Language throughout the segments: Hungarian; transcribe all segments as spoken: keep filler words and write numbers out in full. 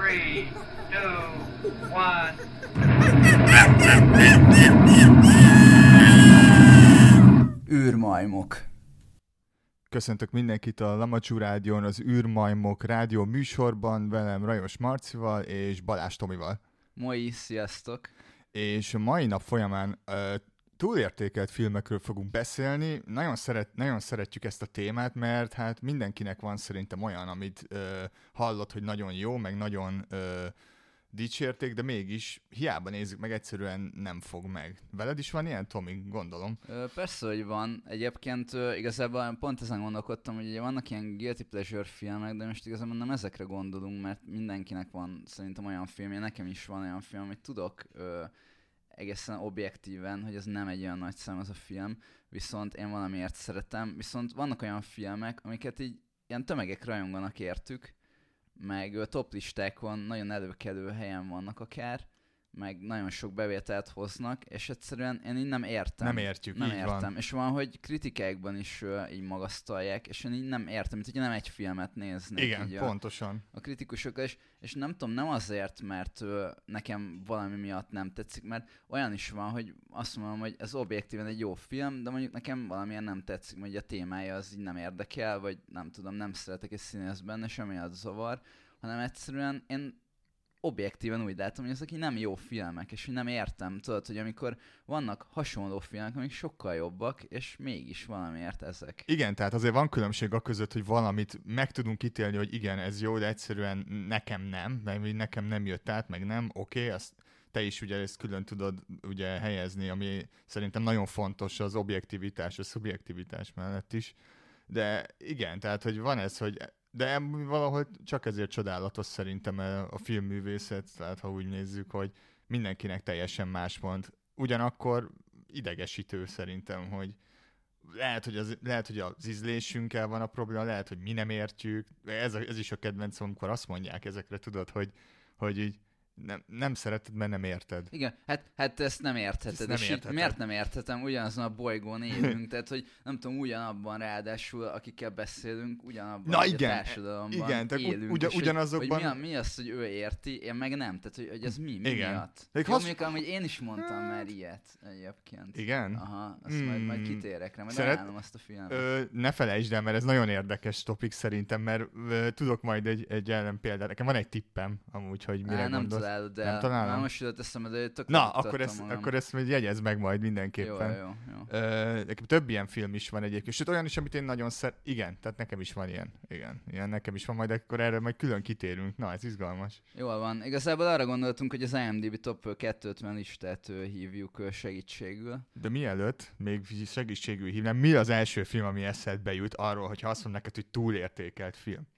Three, two, one. űrmajmok. Köszöntök mindenkit a Lamacsu Rádión, az űrmajmok rádió műsorban, velem Rajos Marcival és Balázs Tomival. Moi, sziasztok! És a mai nap folyamán uh, túlértékelt filmekről fogunk beszélni. Nagyon, szeret, nagyon szeretjük ezt a témát, mert hát mindenkinek van szerintem olyan, amit uh, hallott, hogy nagyon jó, meg nagyon uh, dicsérték, de mégis hiába nézzük meg, egyszerűen nem fog meg. Veled is van ilyen, Tomi? Gondolom. Ö, persze, hogy van. Egyébként ö, igazából pont ezen gondolkodtam, hogy ugye vannak ilyen guilty pleasure filmek, de most igazából nem ezekre gondolunk, mert mindenkinek van szerintem olyan filmje, nekem is van olyan film, amit tudok ö, egészen objektíven, hogy ez nem egy olyan nagy szám az a film, viszont én valamiért szeretem. Viszont vannak olyan filmek, amiket így ilyen tömegek rajonganak értük, meg top listákon nagyon előkelő helyen vannak akár, meg nagyon sok bevételt hoznak, és egyszerűen én így nem értem. Nem értjük, nem így értem. van. És van, hogy kritikákban is uh, így magasztalják, és én így nem értem, mint hogy nem egy filmet néznék. Igen, így pontosan. A, a kritikusokkal, és, és nem tudom, nem azért, mert uh, nekem valami miatt nem tetszik, mert olyan is van, hogy azt mondom, hogy ez objektíven egy jó film, de mondjuk nekem valamilyen nem tetszik, hogy a témája az így nem érdekel, vagy nem tudom, nem szeretek egy színész benne, semmiatt zavar, hanem egyszerűen én objektíven úgy látom, hogy ezek így nem jó filmek, és hogy nem értem, tudod, hogy amikor vannak hasonló filmek, amik sokkal jobbak, és mégis valamiért ezek. Igen, tehát azért van különbség a között, hogy valamit meg tudunk ítélni, hogy igen, ez jó, de egyszerűen nekem nem, mert nekem nem jött át, meg nem, oké, okay, azt te is ugye ezt külön tudod ugye helyezni, ami szerintem nagyon fontos az objektivitás, a szubjektivitás mellett is. De igen, tehát, hogy van ez, hogy de valahol csak ezért csodálatos szerintem a filmművészet, tehát ha úgy nézzük, hogy mindenkinek teljesen más mond. Ugyanakkor idegesítő szerintem, hogy lehet, hogy az, lehet, hogy az ízlésünkkel van a probléma, lehet, hogy mi nem értjük. Ez, a, ez is a kedvencem, amikor azt mondják ezekre, tudod, hogy, hogy így nem, nem szereted, mert nem érted. Igen, hát, hát ezt nem értheted. Ezt nem és értheted. Miért nem érthetem? Ugyanazon a bolygón élünk, tehát hogy nem tudom, ugyanabban ráadásul, akikkel beszélünk, ugyanabban Na, a igen, társadalomban igen, tehát élünk. ugyan, és hogy, ugyanazokban... hogy mi, a, mi az, hogy ő érti, én meg nem. Tehát, hogy, hogy ez mi, mi igen. miatt? Még Jó, hasz... mondjuk, hogy én is mondtam már ilyet egyébként. Igen? Aha, azt hmm. majd, majd kitérek rá, majd Szeret... ajánlom azt a filmet. Ö, ne felejtsd el, mert ez nagyon érdekes topik szerintem, mert ö, tudok majd egy, egy ellenpéldát. Nekem van egy tippem, amúgy, hogy mire Á, nem gondolsz. találod, de Nem találom? már most jutott eszembe, de tök Na, akkor ezt, akkor ezt majd jegyezd meg majd mindenképpen. Jó, jó, jó. Ö, több ilyen film is van egyébként, sőt olyan is, amit én nagyon szeret. Igen, tehát nekem is van ilyen. Igen, ilyen nekem is van, majd akkor erről majd külön kitérünk. Na, ez izgalmas. Jól van. Igazából arra gondoltunk, hogy az IMDb Top kétszázötven listát hívjuk segítségül. De mielőtt még segítségül hívnám, mi az első film, ami eszedbe jut arról, hogyha azt mondom neked, hogy túlértékelt film?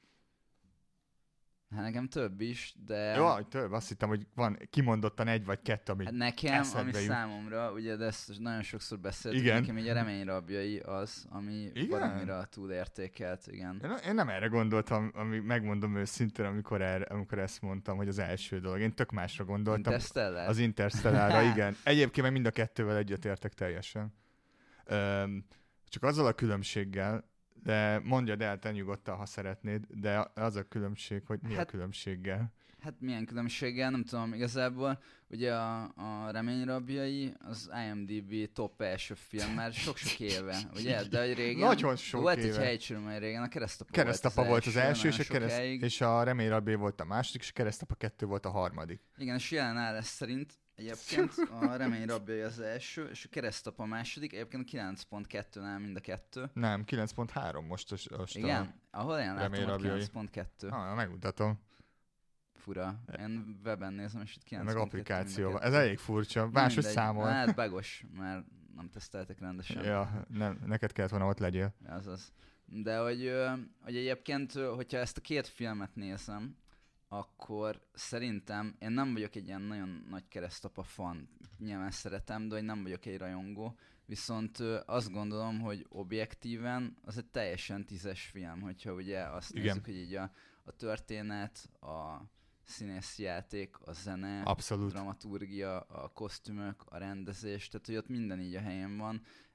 Hát nekem több is, de... Jó, több. Azt hittem, hogy van kimondottan egy vagy kettő, ami hát nekem, ami jut. Számomra, ugye, de ezt nagyon sokszor beszéltünk, igen. Nekem így a Remény rabjai az, ami valamire túlértékelt, igen. Én, én nem erre gondoltam, ami, megmondom őszintén, amikor, erre, amikor ezt mondtam, hogy az első dolog. Én tök másra gondoltam. Interstellar? Az Interstellarra, igen. Egyébként meg mind a kettővel egyetértek teljesen. Öm, csak azzal a különbséggel, de mondjad el te nyugodtan, ha szeretnéd, de az a különbség, hogy mi hát, a különbséggel? Hát milyen különbséggel, nem tudom igazából. Ugye a, a Remény rabjai az IMDb top első film már sok-sok éve, ugye? De hogy régen nagyon sok volt éve. egy helycsöröm, hogy régen a Keresztapa, Keresztapa volt az első, első és, a kereszt, és a Remény rabjai volt a második, és a Keresztapa kettő volt a harmadik. Igen, és jelen állás szerint egyébként a Remény rabjai az első, és a Keresztapa a második, egyébként a kilenc pont kettőnál mind a kettő. Nem, kilenc pont három most, most igen? A ahol én látom, hogy kilenc pont kettő. Ah, megmutatom. Fura. Én weben nézem, és itt kilenc meg pont kettő. applikációban. Ez elég furcsa. Máshogy számol. Hát bagos, mert nem teszteltek rendesen. Ja, nem, neked kellett volna ott legyél. Azaz. De hogy, hogy egyébként, hogyha ezt a két filmet nézem, akkor szerintem én nem vagyok egy ilyen nagyon nagy Keresztapa fan. Nyilván szeretem, de hogy nem vagyok egy rajongó. Viszont azt gondolom, hogy objektíven az egy teljesen tízes film, hogyha ugye azt igen. nézzük, hogy így a, a történet, a színészi játék, a zene, abszolút. A dramaturgia, a kosztümök, a rendezés, tehát hogy ott minden így a helyén van.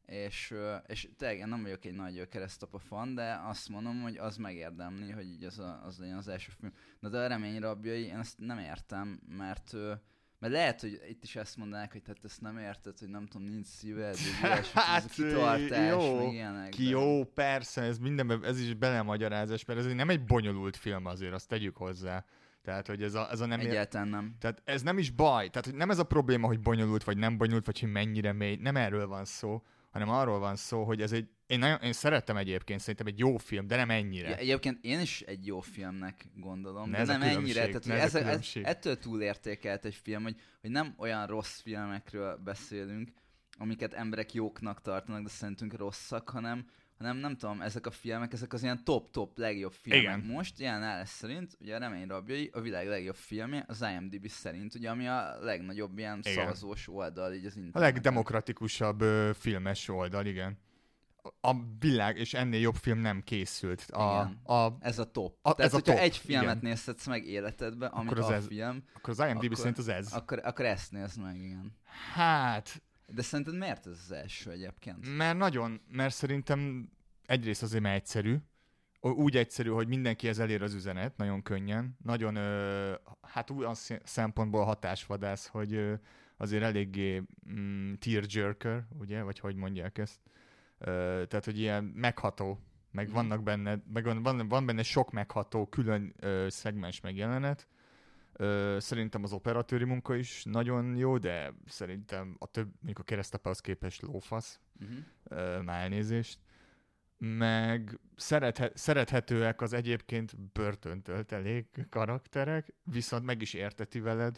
És, ö, és tényleg én nem vagyok egy nagy keresztapa fan, de azt mondom, hogy az megérdemli, hogy így az, a, az legyen az első film. Na de a Remény rabjai, én ezt nem értem, mert... Ö, Mert lehet, hogy itt is ezt mondanák, hogy hát ezt nem érted, hogy nem tudom, nincs szíved, hogy ilyesmi, hát, ez a kitartás, jó, meg ilyenek. Ki jó, persze, ez mindenben, ez is belemagyarázás, mert ez nem egy bonyolult film azért, azt tegyük hozzá. Tehát, hogy ez a, ez a nem... Egyáltalán nem. Tehát ez nem is baj. Tehát, hogy nem ez a probléma, hogy bonyolult, vagy nem bonyolult, vagy hogy mennyire mély. Nem erről van szó, hanem arról van szó, hogy ez egy... Én, nagyon, én szerettem egyébként, szerintem egy jó film, de nem ennyire. Ja, egyébként én is egy jó filmnek gondolom, ne de nem ennyire. Tehát, ne ez ez a, ez, ettől túlértékelt egy film, hogy, hogy nem olyan rossz filmekről beszélünk, amiket emberek jóknak tartanak, de szerintünk rosszak, hanem, hanem nem tudom, ezek a filmek, ezek az ilyen top-top legjobb filmek. Igen. Most ilyen állás szerint, ugye a Remény rabjai a világ legjobb filmje, az IMDb szerint, ugye ami a legnagyobb ilyen igen. szavazós oldal így az interneten. A legdemokratikusabb ö, filmes oldal, igen. A világ, és ennél jobb film nem készült. A, a, ez a top. A, Tehát, ez a hogyha top. egy filmet igen. nézhetsz meg életedben, ami akkor az a ez, film... Akkor az IMDb akkor, szerint az ez. Akkor, akkor ezt nézd meg, igen. Hát... De szerinted miért ez az első egyébként? Mert nagyon, mert szerintem egyrészt azért, mert egyszerű. Úgy egyszerű, hogy mindenkihez elér az üzenet, nagyon könnyen. Nagyon, ö, hát olyan szempontból hatásvadász, hogy ö, azért eléggé mm, tearjerker, ugye, vagy hogy mondják ezt. Ö, tehát, hogy ilyen megható, meg mm. vannak benne, meg van, van, van benne sok megható, külön ö, szegmens megjelenet. Ö, szerintem az operatőri munka is nagyon jó, de szerintem a több, mondjuk a keresztapához képest lófasz, uh-huh. ö, már elnézést. Meg szerethe, szerethetőek az egyébként börtöntölt elég karakterek, viszont meg is érteti veled.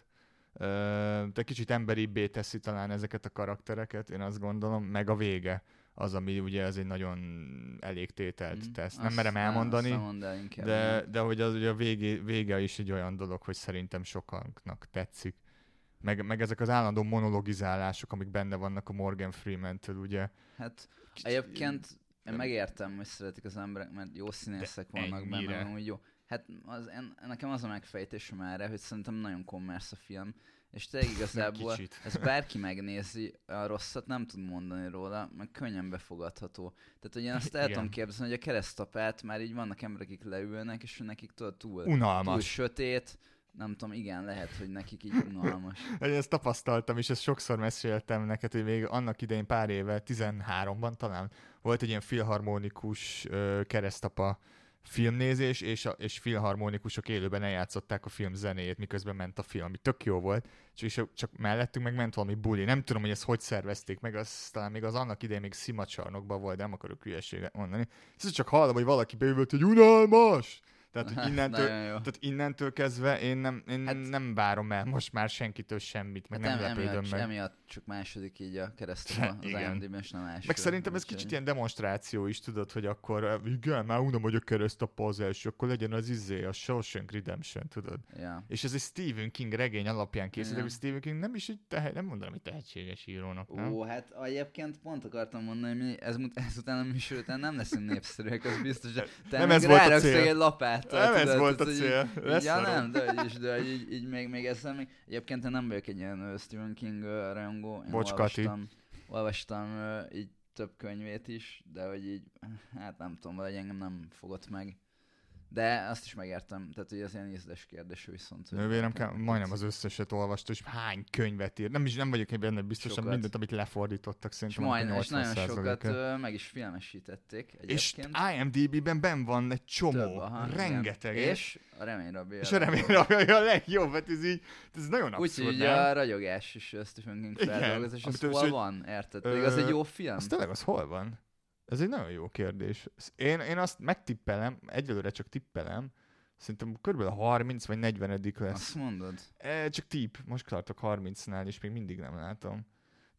Ö, de kicsit emberibbé teszi talán ezeket a karaktereket, én azt gondolom, meg a vége az, ami ugye ez egy nagyon elég tételt mm, tesz. Nem merem elmondani, el, de, de hogy az ugye a vége, vége is egy olyan dolog, hogy szerintem sokaknak tetszik. Meg, meg ezek az állandó monologizálások, amik benne vannak a Morgan Freeman-től, ugye. Hát egyébként én megértem, hogy szeretik az emberek, mert jó színészek de vannak ennyire. Benne, hogy jó. Hát az, en, nekem az a megfejtésem erre, hogy szerintem nagyon kommersz a film, és tényleg igazából ez bárki megnézi, a rosszat nem tud mondani róla, meg könnyen befogadható. Tehát, hogy én azt el tudom képzelni, hogy a keresztapát már így vannak emberek, akik leülnek, és nekik tudod túl, túl sötét, nem tudom, igen, lehet, hogy nekik így unalmas. Én ezt tapasztaltam, és ezt sokszor meséltem neked, hogy még annak idején pár éve, tizenháromban talán, volt egy ilyen filharmonikus uh, keresztapa filmnézés, és, a, és filharmonikusok élőben eljátszották a film zenéjét, miközben ment a film, ami tök jó volt, és csak mellettünk meg ment valami buli. Nem tudom, hogy ezt hogy szervezték meg, az, talán még az annak idején még szimacsarnokban volt, de nem akarok hülyeséget mondani. Ez csak hallom, hogy valaki beülött, hogy unalmas! Tehát, hogy innentől, tehát innentől kezdve én, nem, én hát, nem várom el most már senkitől semmit, meg hát nem, nem lepődöm emiatt, meg. Emiatt csak második így a keresztapa az IMDb-ben, és nem első. Meg szerintem ez kicsit ilyen demonstráció is, tudod, hogy akkor igen, már unom, hogy a keresztapa az első, akkor legyen az izé, a Shawshank Redemption, tudod. Ja. És ez egy Stephen King regény alapján készült, de Stephen King nem is egy tehe, nem mondanám, hogy tehetséges írónak, nem? Ó, hát egyébként pont akartam mondani, hogy ez, ezután a műsor után nem leszünk népszerűek, az biztos, hogy te nem ez volt a cél. Egy lapát. Nem tudod, ez volt a cél. Így, ja nem, de hogy is, de így, így még, még ezzel még... Egyébként én nem vagyok egy ilyen uh, Stephen King uh, rajongó. Én Bocs, olvastam, olvastam uh, így több könyvét is, de hogy így, hát nem tudom, vagy engem nem fogott meg. De azt is megértem, tehát hogy ez ilyen ízles kérdés viszont. Nővérem majdnem az összeset olvasta, és hány könyvet ír. Nem is nem vagyok benne biztosan sokat. Mindent, amit lefordítottak, szerintem. És majdnem, és nagyon sokat uh, meg is filmesítették egyébként. És IMDb-ben benn van egy csomó, Több, aha, rengeteg. És a Remény rabja. És a Remény rabja a legjobb, hát ez így, ez nagyon abszurd, Úgyhogy a ragyogás is Stephen King feldolgozás, az hol hogy, van, érted? Pedig az egy jó film. Az tényleg, az hol van? Ez egy nagyon jó kérdés. Én, én azt megtippelem, egyelőre csak tippelem, szerintem körülbelül harminc vagy negyvenedik lesz. Azt mondod? E, csak tipp, most tartok harmincnál, és még mindig nem látom.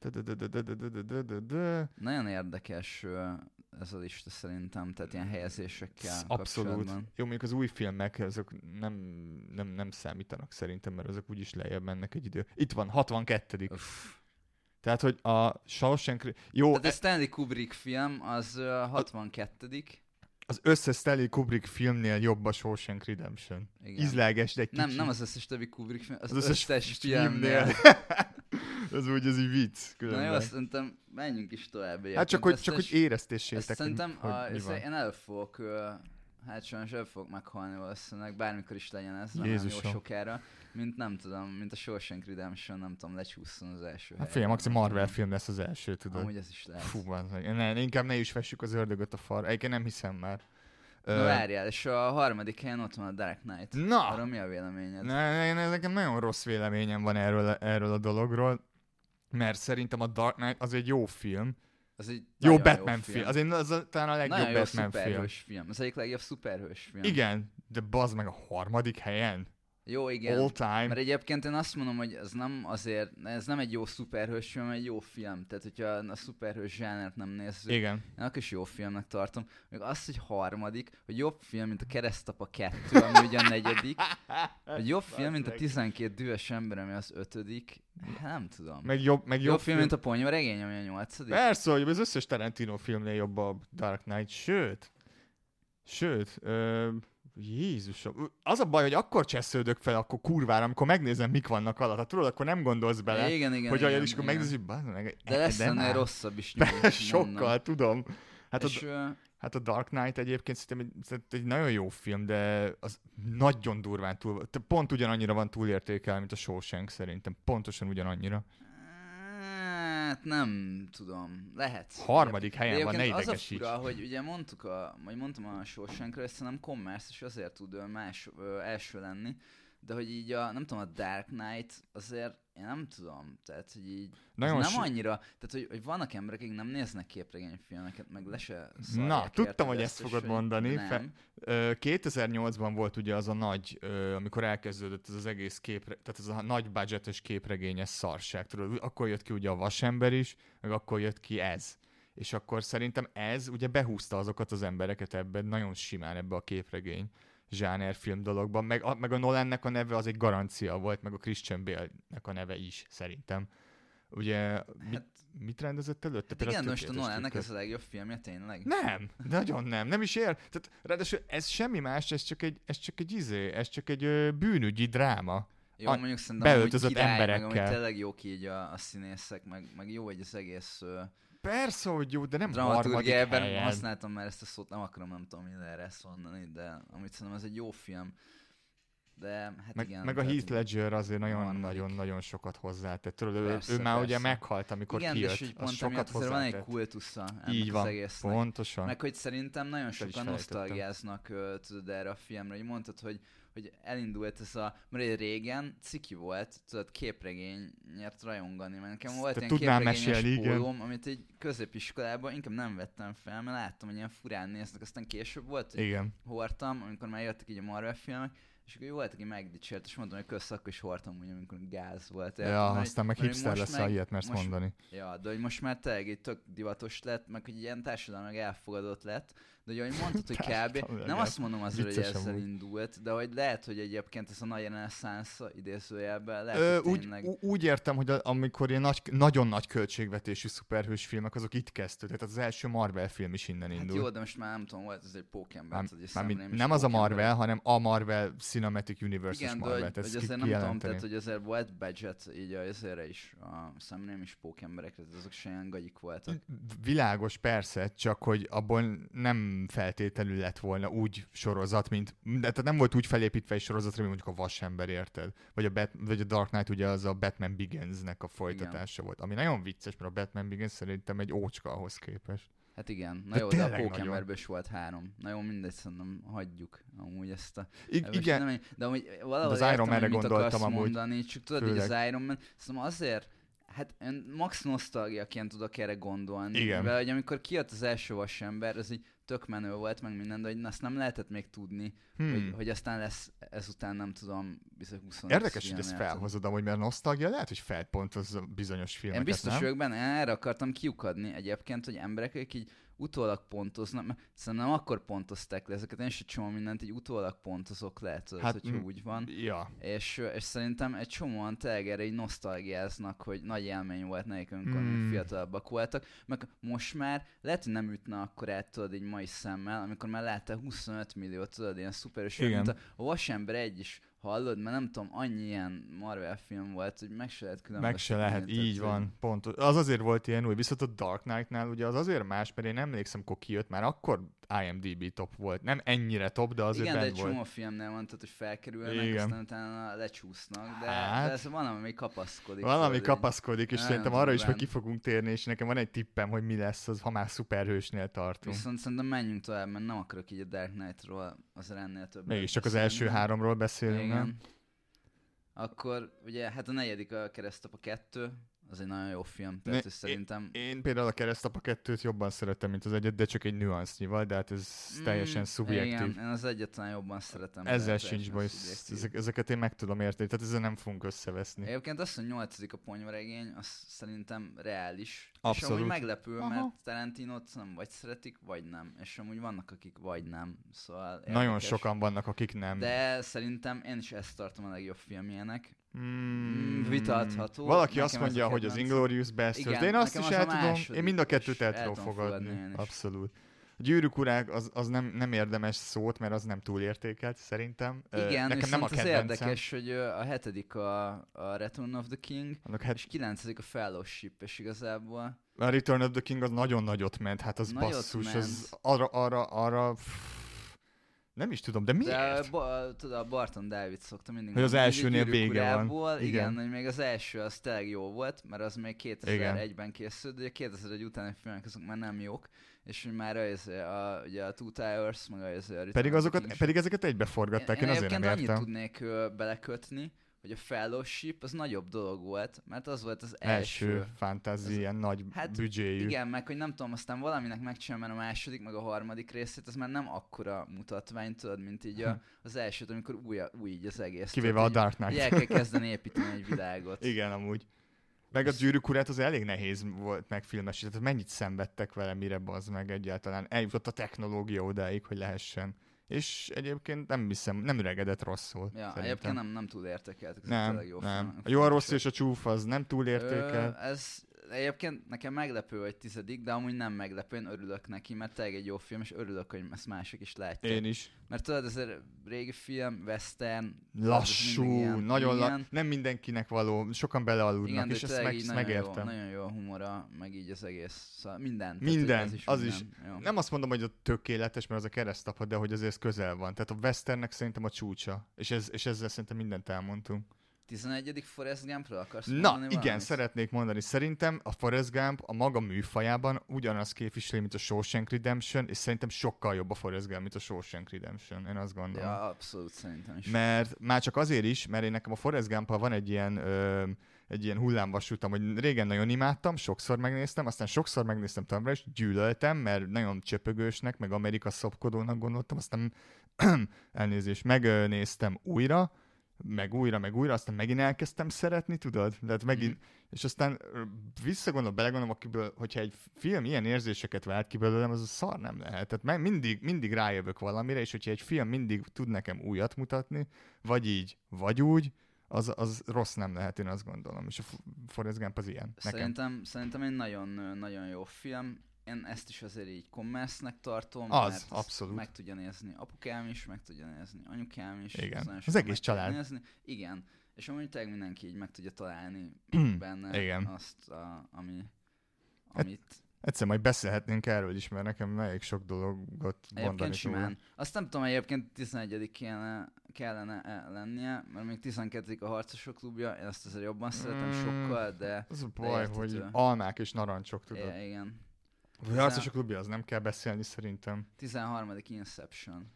Nagyon érdekes ez a lista szerintem, tehát ilyen helyezésekkel abszolút. Jó, mondjuk az új filmek, azok nem, nem, nem számítanak szerintem, mert azok úgyis lejjebb mennek egy idő. Itt van, hatvankettedik Uff. Tehát, hogy a Shawshank... Jó, tehát a Stanley Kubrick film az uh, hatvankettedik Az összes Stanley Kubrick filmnél jobb a Shawshank Redemption. Igen. Ízleges, de kicsi. Nem, nem az összes többi Kubrick film, az, az összes, összes filmnél. filmnél. Ez úgy, ez így vicc. Na Különben. jó, szerintem menjünk is tovább. Hát csak, hogy, csak hogy éreztessétek, ezt szerintem hogy, a, hogy mi van. én el fogok, hát sajnos el fogok meghalni valószínűleg, bármikor is legyen ez, nem, nem jó Jézusom. sokára, mint nem tudom, mint a Shawshank Redemption, nem tudom, lecsúszson az első Hát helyre. figyelj, maxi Marvel film lesz az első, tudod. Amúgy ez is lehet. Fú, van, ne, inkább ne is vessük az ördögöt a far. Egyébként nem hiszem már. Na Ö, várjál, és a harmadik helyen ott van a Dark Knight. Na! Arról mi a véleményed? Ne, ne, nekem nagyon rossz véleményem van erről, erről a dologról, mert szerintem a Dark Knight az egy jó film. Az egy Jó nagyon Batman jó film. Az, egy, az a, talán a legjobb nagyon jó Batman film. szuperhős film. Az egyik legjobb szuperhős film. Igen, de bazd meg a harmadik helyen. Jó, igen. All time. Mert egyébként én azt mondom, hogy ez nem azért, ez nem egy jó szuperhős film, egy jó film. Tehát, hogyha a szuperhős zsánert nem nézzük, Igen. én akkor is jó filmnek tartom. Még az, hogy harmadik, hogy jobb film, mint a Keresztapa kettő, ami ugye a negyedik, hogy jobb film, mint a tizenkét dühös ember, ami az ötödik, hát nem tudom. Meg jobb, meg Jobb jobb film, mint a Ponyvaregény, ami a nyolcadik. Persze, hogy az összes Tarantino filmnél jobb a Dark Knight, sőt, sőt, ö, Jézusom, az a baj, hogy akkor csesződök fel, akkor kurvára, amikor megnézem, mik vannak alatt. Hát tudod, akkor nem gondolsz bele, Igen, igen, hogy igen, olyan is, akkor igen. megnézzük, bazd meg, De lesz ennél már. rosszabb is. Persze, nyilván, sokkal, mondom. tudom. Hát És, a, ö, hát a Dark Knight egyébként szerintem egy, szerintem egy nagyon jó film, de az nagyon durván túl, pont ugyanannyira van túlértékelve, mint a Shawshank szerintem. Pontosan ugyanannyira. Hát nem tudom, lehet. Harmadik De helyen van, ne egyébként az a idegesíts. fura, hogy ugye mondtuk a, vagy mondtam a Shawshankről, hogy szerintem commerce, és azért tud ő más ö, első lenni, de hogy így a, nem tudom, a Dark Knight azért én nem tudom, tehát hogy így Nagyon nem si- annyira, tehát hogy, hogy vannak emberek, akik nem néznek képregényfilmeket, meg le se Na, szarják tudtam, érted hogy ezt és fogod hogy mondani. nem. Fe- Ö, kétezer-nyolcban volt ugye az a nagy, ö, amikor elkezdődött ez az egész képre, tehát ez a nagy budgetes képregényes szarság, tudod, akkor jött ki ugye a Vasember is, meg akkor jött ki ez. És akkor szerintem ez ugye behúzta azokat az embereket ebben, nagyon simán ebbe a képregény zsánerfilm dologban, meg a, meg a Nolannek a neve az egy garancia volt, meg a Christian Bale-nek a neve is, szerintem. Ugye, mit, mit rendezett előtte? Hát Például igen, most a tökéletes Nolannek trükköt. ez a legjobb filmje, tényleg? Nem, nagyon nem, nem is ér. Tehát, ráadásul ez semmi más, ez csak egy, ez csak egy izé, ez csak egy ö, bűnügyi dráma. Jó, a- mondjuk szerintem, hogy beöltözött király, meg emberekkel. amúgy tényleg jók így a, a színészek, meg, meg jó egy az egész uh, Persze, hogy jó, de nem harmadik dramaturgiában helyen. használtam már ezt a szót, nem akarom, nem tudom, mindenre ezt mondani, de amit szerintem ez egy jó film. De hát Meg, igen. meg a tehát- Heath Ledger azért harmadik. nagyon-nagyon-nagyon sokat hozzátett. Tudod, ő, Persze, ő már ugye persze. meghalt, amikor igen, kijött. és így Az pont sokat emiatt azért van egy hozzátett. kultusza ennek Így van, az egésznek. pontosan. Meg hogy szerintem nagyon is sokan felejtettem. nosztalgiáznak ö, tudod erre a filmre, hogy mondtad, hogy, hogy elindult ez a, mert régen ciki volt, tudod, képregényért rajongani, mert nekem volt Te ilyen tudnál képregényes mesélni, igen. pólóm, amit egy középiskolában inkább nem vettem fel, mert láttam, hogy ilyen furán néznek, aztán később volt, hogy Igen. hordtam, amikor már jöttek így a Marvel filmek, és akkor jó volt, aki megdicsért, és mondtam, hogy kösz, akkor is hordtam, úgy, amikor gáz volt. érted? Ja, Mert- aztán meg mert hipster most lesz, ha meg- ilyet mersz most- mondani. Ja, de hogy most már tényleg így tök divatos lett, meg hogy ilyen társadalmilag elfogadott lett, de hogy ahogy mondtad, hogy kb. Társadalmilag Nem azt mondom azért, hogy vicces ezzel amúgy. indult, de hogy lehet, hogy egyébként ez a nagy reneszánsz idézőjelben, lehet, Ö, hogy úgy, tényleg... ú- úgy értem, hogy a, amikor ilyen nagy, nagyon nagy költségvetésű szuperhős filmek, azok itt kezdődtek. Tehát az első Marvel film is innen Hát indul. jó, de most már nem tudom, volt ez egy pókember, Már, hogy egy már mint, szemlém is nem az a pókember. Marvel, hanem a Marvel Cinematic Universe-es Igen, de Marvel. hogy, Tehát hogy ezt ki- azért nem tudom, kijelenteni. tehát hogy azért volt budget így a ezére is, a szemlém is pókemberekre, tehát azok se ilyen gagyik voltak. Világos, persze, csak hogy abból nem feltétlenül lett volna úgy sorozat, mint... De tehát nem volt úgy felépítve egy sorozatra, mint mondjuk a Vasember, érted? Vagy a, Bat, vagy a Dark Knight ugye az a Batman Begins-nek a folytatása Igen. volt. Ami nagyon vicces, mert a Batman Begins szerintem egy ócska ahhoz képest. Hát igen, na De jó, de a tényleg pókemberből is volt három. Na jó, mindegy, szerintem hagyjuk amúgy ezt a... I- Most igen, Nem, de amúgy valahol az Iron értem, Man-re hogy mit gondoltam akarsz amúgy, mondani, csak tudod, hogy főleg. az Iron Man, szerintem azért, hát én max nosztalgiaként tudok erre gondolni. Igen. Mivel, hogy amikor kijött az első Vasember, ez így tök menő volt, meg minden, de hogy azt nem lehetett még tudni, Hmm. hogy, hogy aztán lesz ezután nem tudom, bizony huszonöt Érdekes, hogy ilyen ezt érted? felhozod, hogy mert nosztalgia lehet, hogy felpontozza bizonyos filmeket, Én biztos nem? vagyok benne, én erre akartam kiukadni egyébként, hogy emberek, akik így utólag pontoznak, mert szerintem akkor pontozták le ezeket, én is egy csomó mindent így utólag pontozok le, tudod, Hát, hogyha mm, úgy van. Ja. És, és szerintem egy csomóan tényleg erre így nosztalgiáznak, hogy nagy élmény volt nekik, amikor Mm. mm. fiatalabbak voltak, meg most már lehet, hogy nem ütne akkor át, tudod, így mai szemmel, amikor már láttál huszonöt millió, tudod, ilyen szuperős, Igen. mint a, a Vasember egy is Hallod? Mert nem tudom, annyi ilyen Marvel film volt, hogy meg se lehet Meg különböztetni. se lehet, így tehát, van. Pont. Az azért volt ilyen új. Viszont a Dark Knight-nál ugye az azért más, mert én emlékszem, akkor kijött, már akkor IMDb top volt. Nem ennyire top, de azért igen, de bent egy volt. csomó filmnél mondtad, hogy felkerülnek, Igen. aztán utána lecsúsznak, de, Hát. de ez valami kapaszkodik. Valami tudod, kapaszkodik, és nagyon szerintem arra is, hogy durván. ki fogunk térni, és nekem van egy tippem, hogy mi lesz az, ha már szuperhősnél tartunk. Viszont szerintem menjünk tovább, mert nem akarok így a Dark Knight-ról az ennél többet Mégis csak az beszélni. első háromról beszélünk, Igen. nem? Akkor ugye, hát a negyedik a Keresztapa kettő, az egy nagyon jó film, Ne- tehát ne, szerintem... Én például a Keresztapa kettőt jobban szeretem, mint az egyet, de csak egy nüansznyival, de hát ez teljesen Mm, szubjektív. Igen, én az egyetlen jobban szeretem. de Ezzel teljesen sincs baj, szubjektív. ezek, ezeket én meg tudom érteni, tehát ezzel nem fogunk összeveszni. Egyébként azt, hogy nyolcadik a ponyvaregény, az szerintem reális. És Abszolút. amúgy meglepő, Aha. mert Tarantinót nem vagy szeretik, vagy nem. És amúgy vannak, akik vagy nem. Szóval Nagyon érdekes. sokan vannak, akik nem. De szerintem én is ezt tartom a legjobb filmjének. Mm, vitatható. Valaki Nekem azt ez mondja, a hogy az kedvenc. Inglourious Basterds, Igen, de én azt nekem is az el a tudom, második én mind a is kettőt el el tudom tudom fogadni. fogadni én is. Abszolút. A Gyűrűk urák az, az nem, nem érdemes szót, mert az nem túl értékelt, szerintem. Ö, Igen, Nekem nem a viszont az kedvencem. érdekes, hogy ö, a hetedik a, a Return of the King, Annak het, és kilencedik a Fellowship, és igazából a Return of the King az nagyon nagyot ment, hát az Nagyot basszus, ment. az arra, arra, arra, pff, nem is tudom, de De miért? ba, tudod, a Barton David szokta mindig Hogy az mondani, elsőnél a Gyűrűk vége van. urából, Igen, Igen. hogy még az első az tényleg jó volt, mert az még kétezer-egyben készült, de a kétezer-egy utáni filmek azok már nem jók, és hogy már az, a, ugye a Two Towers, meg az a Return Pedig, of the azokat, King pedig ezeket egybeforgatták, én, én azért nem egyébként értem. annyit tudnék ö, belekötni, hogy a Fellowship az nagyobb dolog volt, mert az volt az első. Első fantasy, Az- ilyen nagy hát büdzséjű. Igen, meg hogy nem tudom, aztán valaminek megcsinálom, mert a második, meg a harmadik részét, az már nem akkora mutatvány, tudod, mint így a, az elsőt, amikor új, új így az egész. Kivéve a tudod, Dark így- így Knight. el kell kezdeni építeni egy világot. Igen, amúgy. Meg a Gyűrűk urát az elég nehéz volt megfilmesíteni, tehát mennyit szenvedtek vele, mire bazd meg egyáltalán. Eljutott a technológia odáig, hogy lehessen. És egyébként nem hiszem, nem öregedett rosszul. Ja, szerintem. egyébként nem, nem túl értékeltek. ezek Nem, tényleg jó nem. filmek. A jó, a rossz és a csúf az nem túl értékel. Ö, ez egyébként nekem meglepő, hogy tizedik, de amúgy nem meglepő, én örülök neki, mert tényleg egy jó film, és örülök, hogy ezt mások is látják. Én is. Mert tudod, ez egy régi film, western, Lassú, mindig ilyen- nagyon la- ilyen. nem mindenkinek való, sokan belealudnak, Igen, de és ezt, tényleg meg, így ezt nagyon jó, megértem. nagyon jó a humora, meg így az egész, szóval minden. Minden, tehát, hogy ez az minden. Jó. Nem azt mondom, hogy a tökéletes, mert az a keresztapa, de hogy azért ez közel van. Tehát a westernnek szerintem a csúcsa. És, ez, és ezzel szerintem mindent elmondtunk. tizenegyedik Forrest Gumpról akarsz Na, mondani igen, valamit? szeretnék mondani. Szerintem a Forrest Gump a maga műfajában ugyanaz képviseli, mint a Shawshank Redemption, és szerintem sokkal jobb a Forrest Gump, mint a Shawshank Redemption. Én azt gondolom. Ja, abszolút szerintem is. Mert már csak azért is, mert én nekem a Forrest Gump-al van egy ilyen, ö, egy ilyen hullámvasútam, hogy régen nagyon imádtam, sokszor megnéztem, aztán sokszor megnéztem továbbra is, gyűlöltem, mert nagyon csöpögősnek, meg Amerika szopkodónak gondoltam, aztán elnézést, megnéztem újra, meg újra, meg újra, aztán megint elkezdtem szeretni, tudod? Tehát megint, mm. és aztán ö, visszagondolom, belegondolom, akiből, hogyha egy film ilyen érzéseket vált ki belőlem, az a szar nem lehet. Tehát meg mindig, mindig rájövök valamire, és hogyha egy film mindig tud nekem újat mutatni, vagy így, vagy úgy, az, az rossz nem lehet, én azt gondolom. És a Forrest Gump az ilyen. Nekem. Szerintem, szerintem egy nagyon, nagyon jó film. Én ezt is azért így commerce-nek tartom, Az, mert abszolút. meg tudja nézni apukám is, meg tudja nézni anyukám is. Igen. nagyon Az sokan egész meg tudja család. Nézni. Igen. És amúgy tényleg mindenki így meg tudja találni benne Igen. azt, a, ami, Hát, amit egyszer majd beszélhetnénk erről is, mert nekem elég sok dologot mondani egyébként simán. róla. Azt nem tudom, egyébként tizenegyedik kéne, kellene e- lennie, mert még tizenkettedik a Harcosok klubja, én azt azért jobban szeretem Mm. sokkal, de Az a baj, érthető. hogy almák és narancsok, tudod. é, igen. A harcosok klubja, az nem kell beszélni szerintem. tizenharmadik Inception.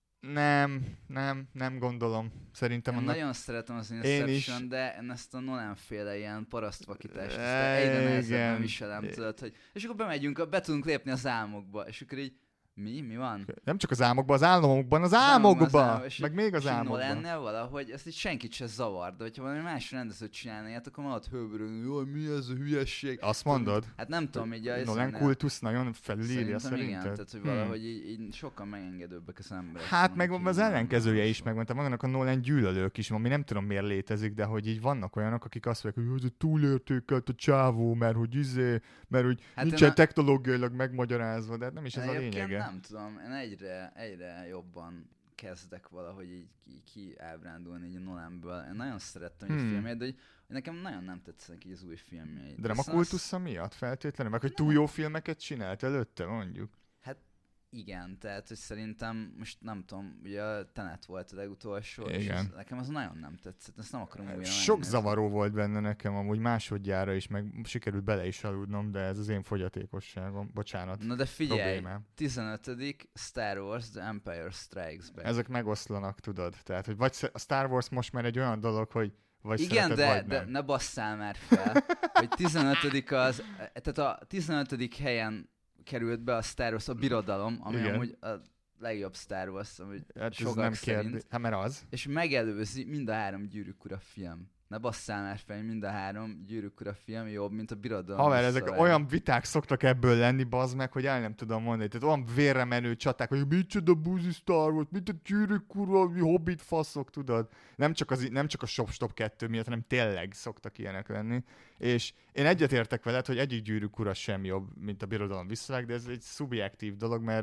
Nem, nem, nem gondolom. Szerintem Én annak... nagyon szeretem az Én Inception, is. de én ezt a Nolan-féle ilyen parasztvakítást, ezt E, egyre nehezebben igen. viselem, tudod, hogy... És akkor bemegyünk, be tudunk lépni az álmokba, és akkor így, mi? Mi van? Nem csak az álmokban, az álmokban, az Az álmokban, az álmokban! álmokban, és Meg így- még az és így álmokban. Nolannél valahogy, ezt így senkit se zavar, de hogyha valami más rendezőt csinálni, akkor már ott hőbörögni, jaj, mi ez a hülyesség? Azt mondod? Hát nem tudom, így a... Nolan izénél- kultusz nagyon felülírja Szerintem igen, szerinted? tehát hogy Hmm. valahogy így, így sokkal megengedőbbek az emberek. Hát meg vannak az így, ellenkezője is szóval. megvan, tehát vannak a Nolan gyűlölők is, ami nem tudom miért létezik, de hogy így vannak olyanok, akik azt mondják, hogy ez a túlértékelt a csávó, mert hogy izé, mert hogy Hát nincsen én a- technológiailag megmagyarázva, de hát nem is ez a Egyébként lényege. nem tudom, én egyre, egyre jobban kezdek valahogy így ki, ki ábrándulni így a Nolanből. Én nagyon szerettem hmm. Hmm. a filmjét, de hogy, hogy nekem nagyon nem tetszenek így az új filmjei. De nem a kultusza miatt feltétlenül? Meg hogy túl jó filmeket csinált előtte, mondjuk? Hát igen, tehát hogy szerintem, most nem tudom, ugye a Tenet volt a legutolsó, Igen. és az, nekem az nagyon nem tetszett, ezt nem akarom újra Sok megnézni. zavaró volt benne nekem amúgy másodjára is, meg sikerült bele is aludnom, de ez az én fogyatékosságom. Bocsánat. Na de figyelj, problémám. tizenötödik Star Wars The Empire Strikes Back. Ezek megoszlanak, tudod. Tehát, hogy vagy sze- a Star Wars most már egy olyan dolog, hogy vagy Igen, szereted, de, vagy de nem. ne basszál már fel, hogy tizenötödik az, tehát a tizenötödik helyen került be a Star Wars, a Birodalom, ami Igen. amúgy a legjobb Star Wars, amúgy Hát ez sokak nem szerint. kérdés. Hát mert az. És megelőzi mind a három Gyűrűk Ura film. Ne basszál már fel, mind a három Gyűrűk Ura film jobb, mint a Birodalom. Haver, ezek visszavág. olyan viták szoktak ebből lenni, bazd meg, hogy el nem tudom mondani. Tehát olyan vérre menő csaták, hogy micsoda buzi Star Wars, mit a Gyűrűk Ura, mi Hobbit faszok, tudod? Nem csak, az, nem csak a Shop Stop kettő miatt, hanem tényleg szoktak ilyenek lenni. És én egyetértek veled, hogy egyik Gyűrűk Ura sem jobb, mint a Birodalom visszavág, de ez egy szubjektív dolog, mert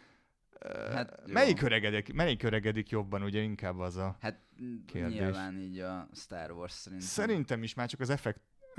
Hát, jó. melyik öregedik, melyik öregedik jobban, ugye inkább az a... Hát kérdés. nyilván így a Star Wars szerintem. Szerintem is már csak az effekt...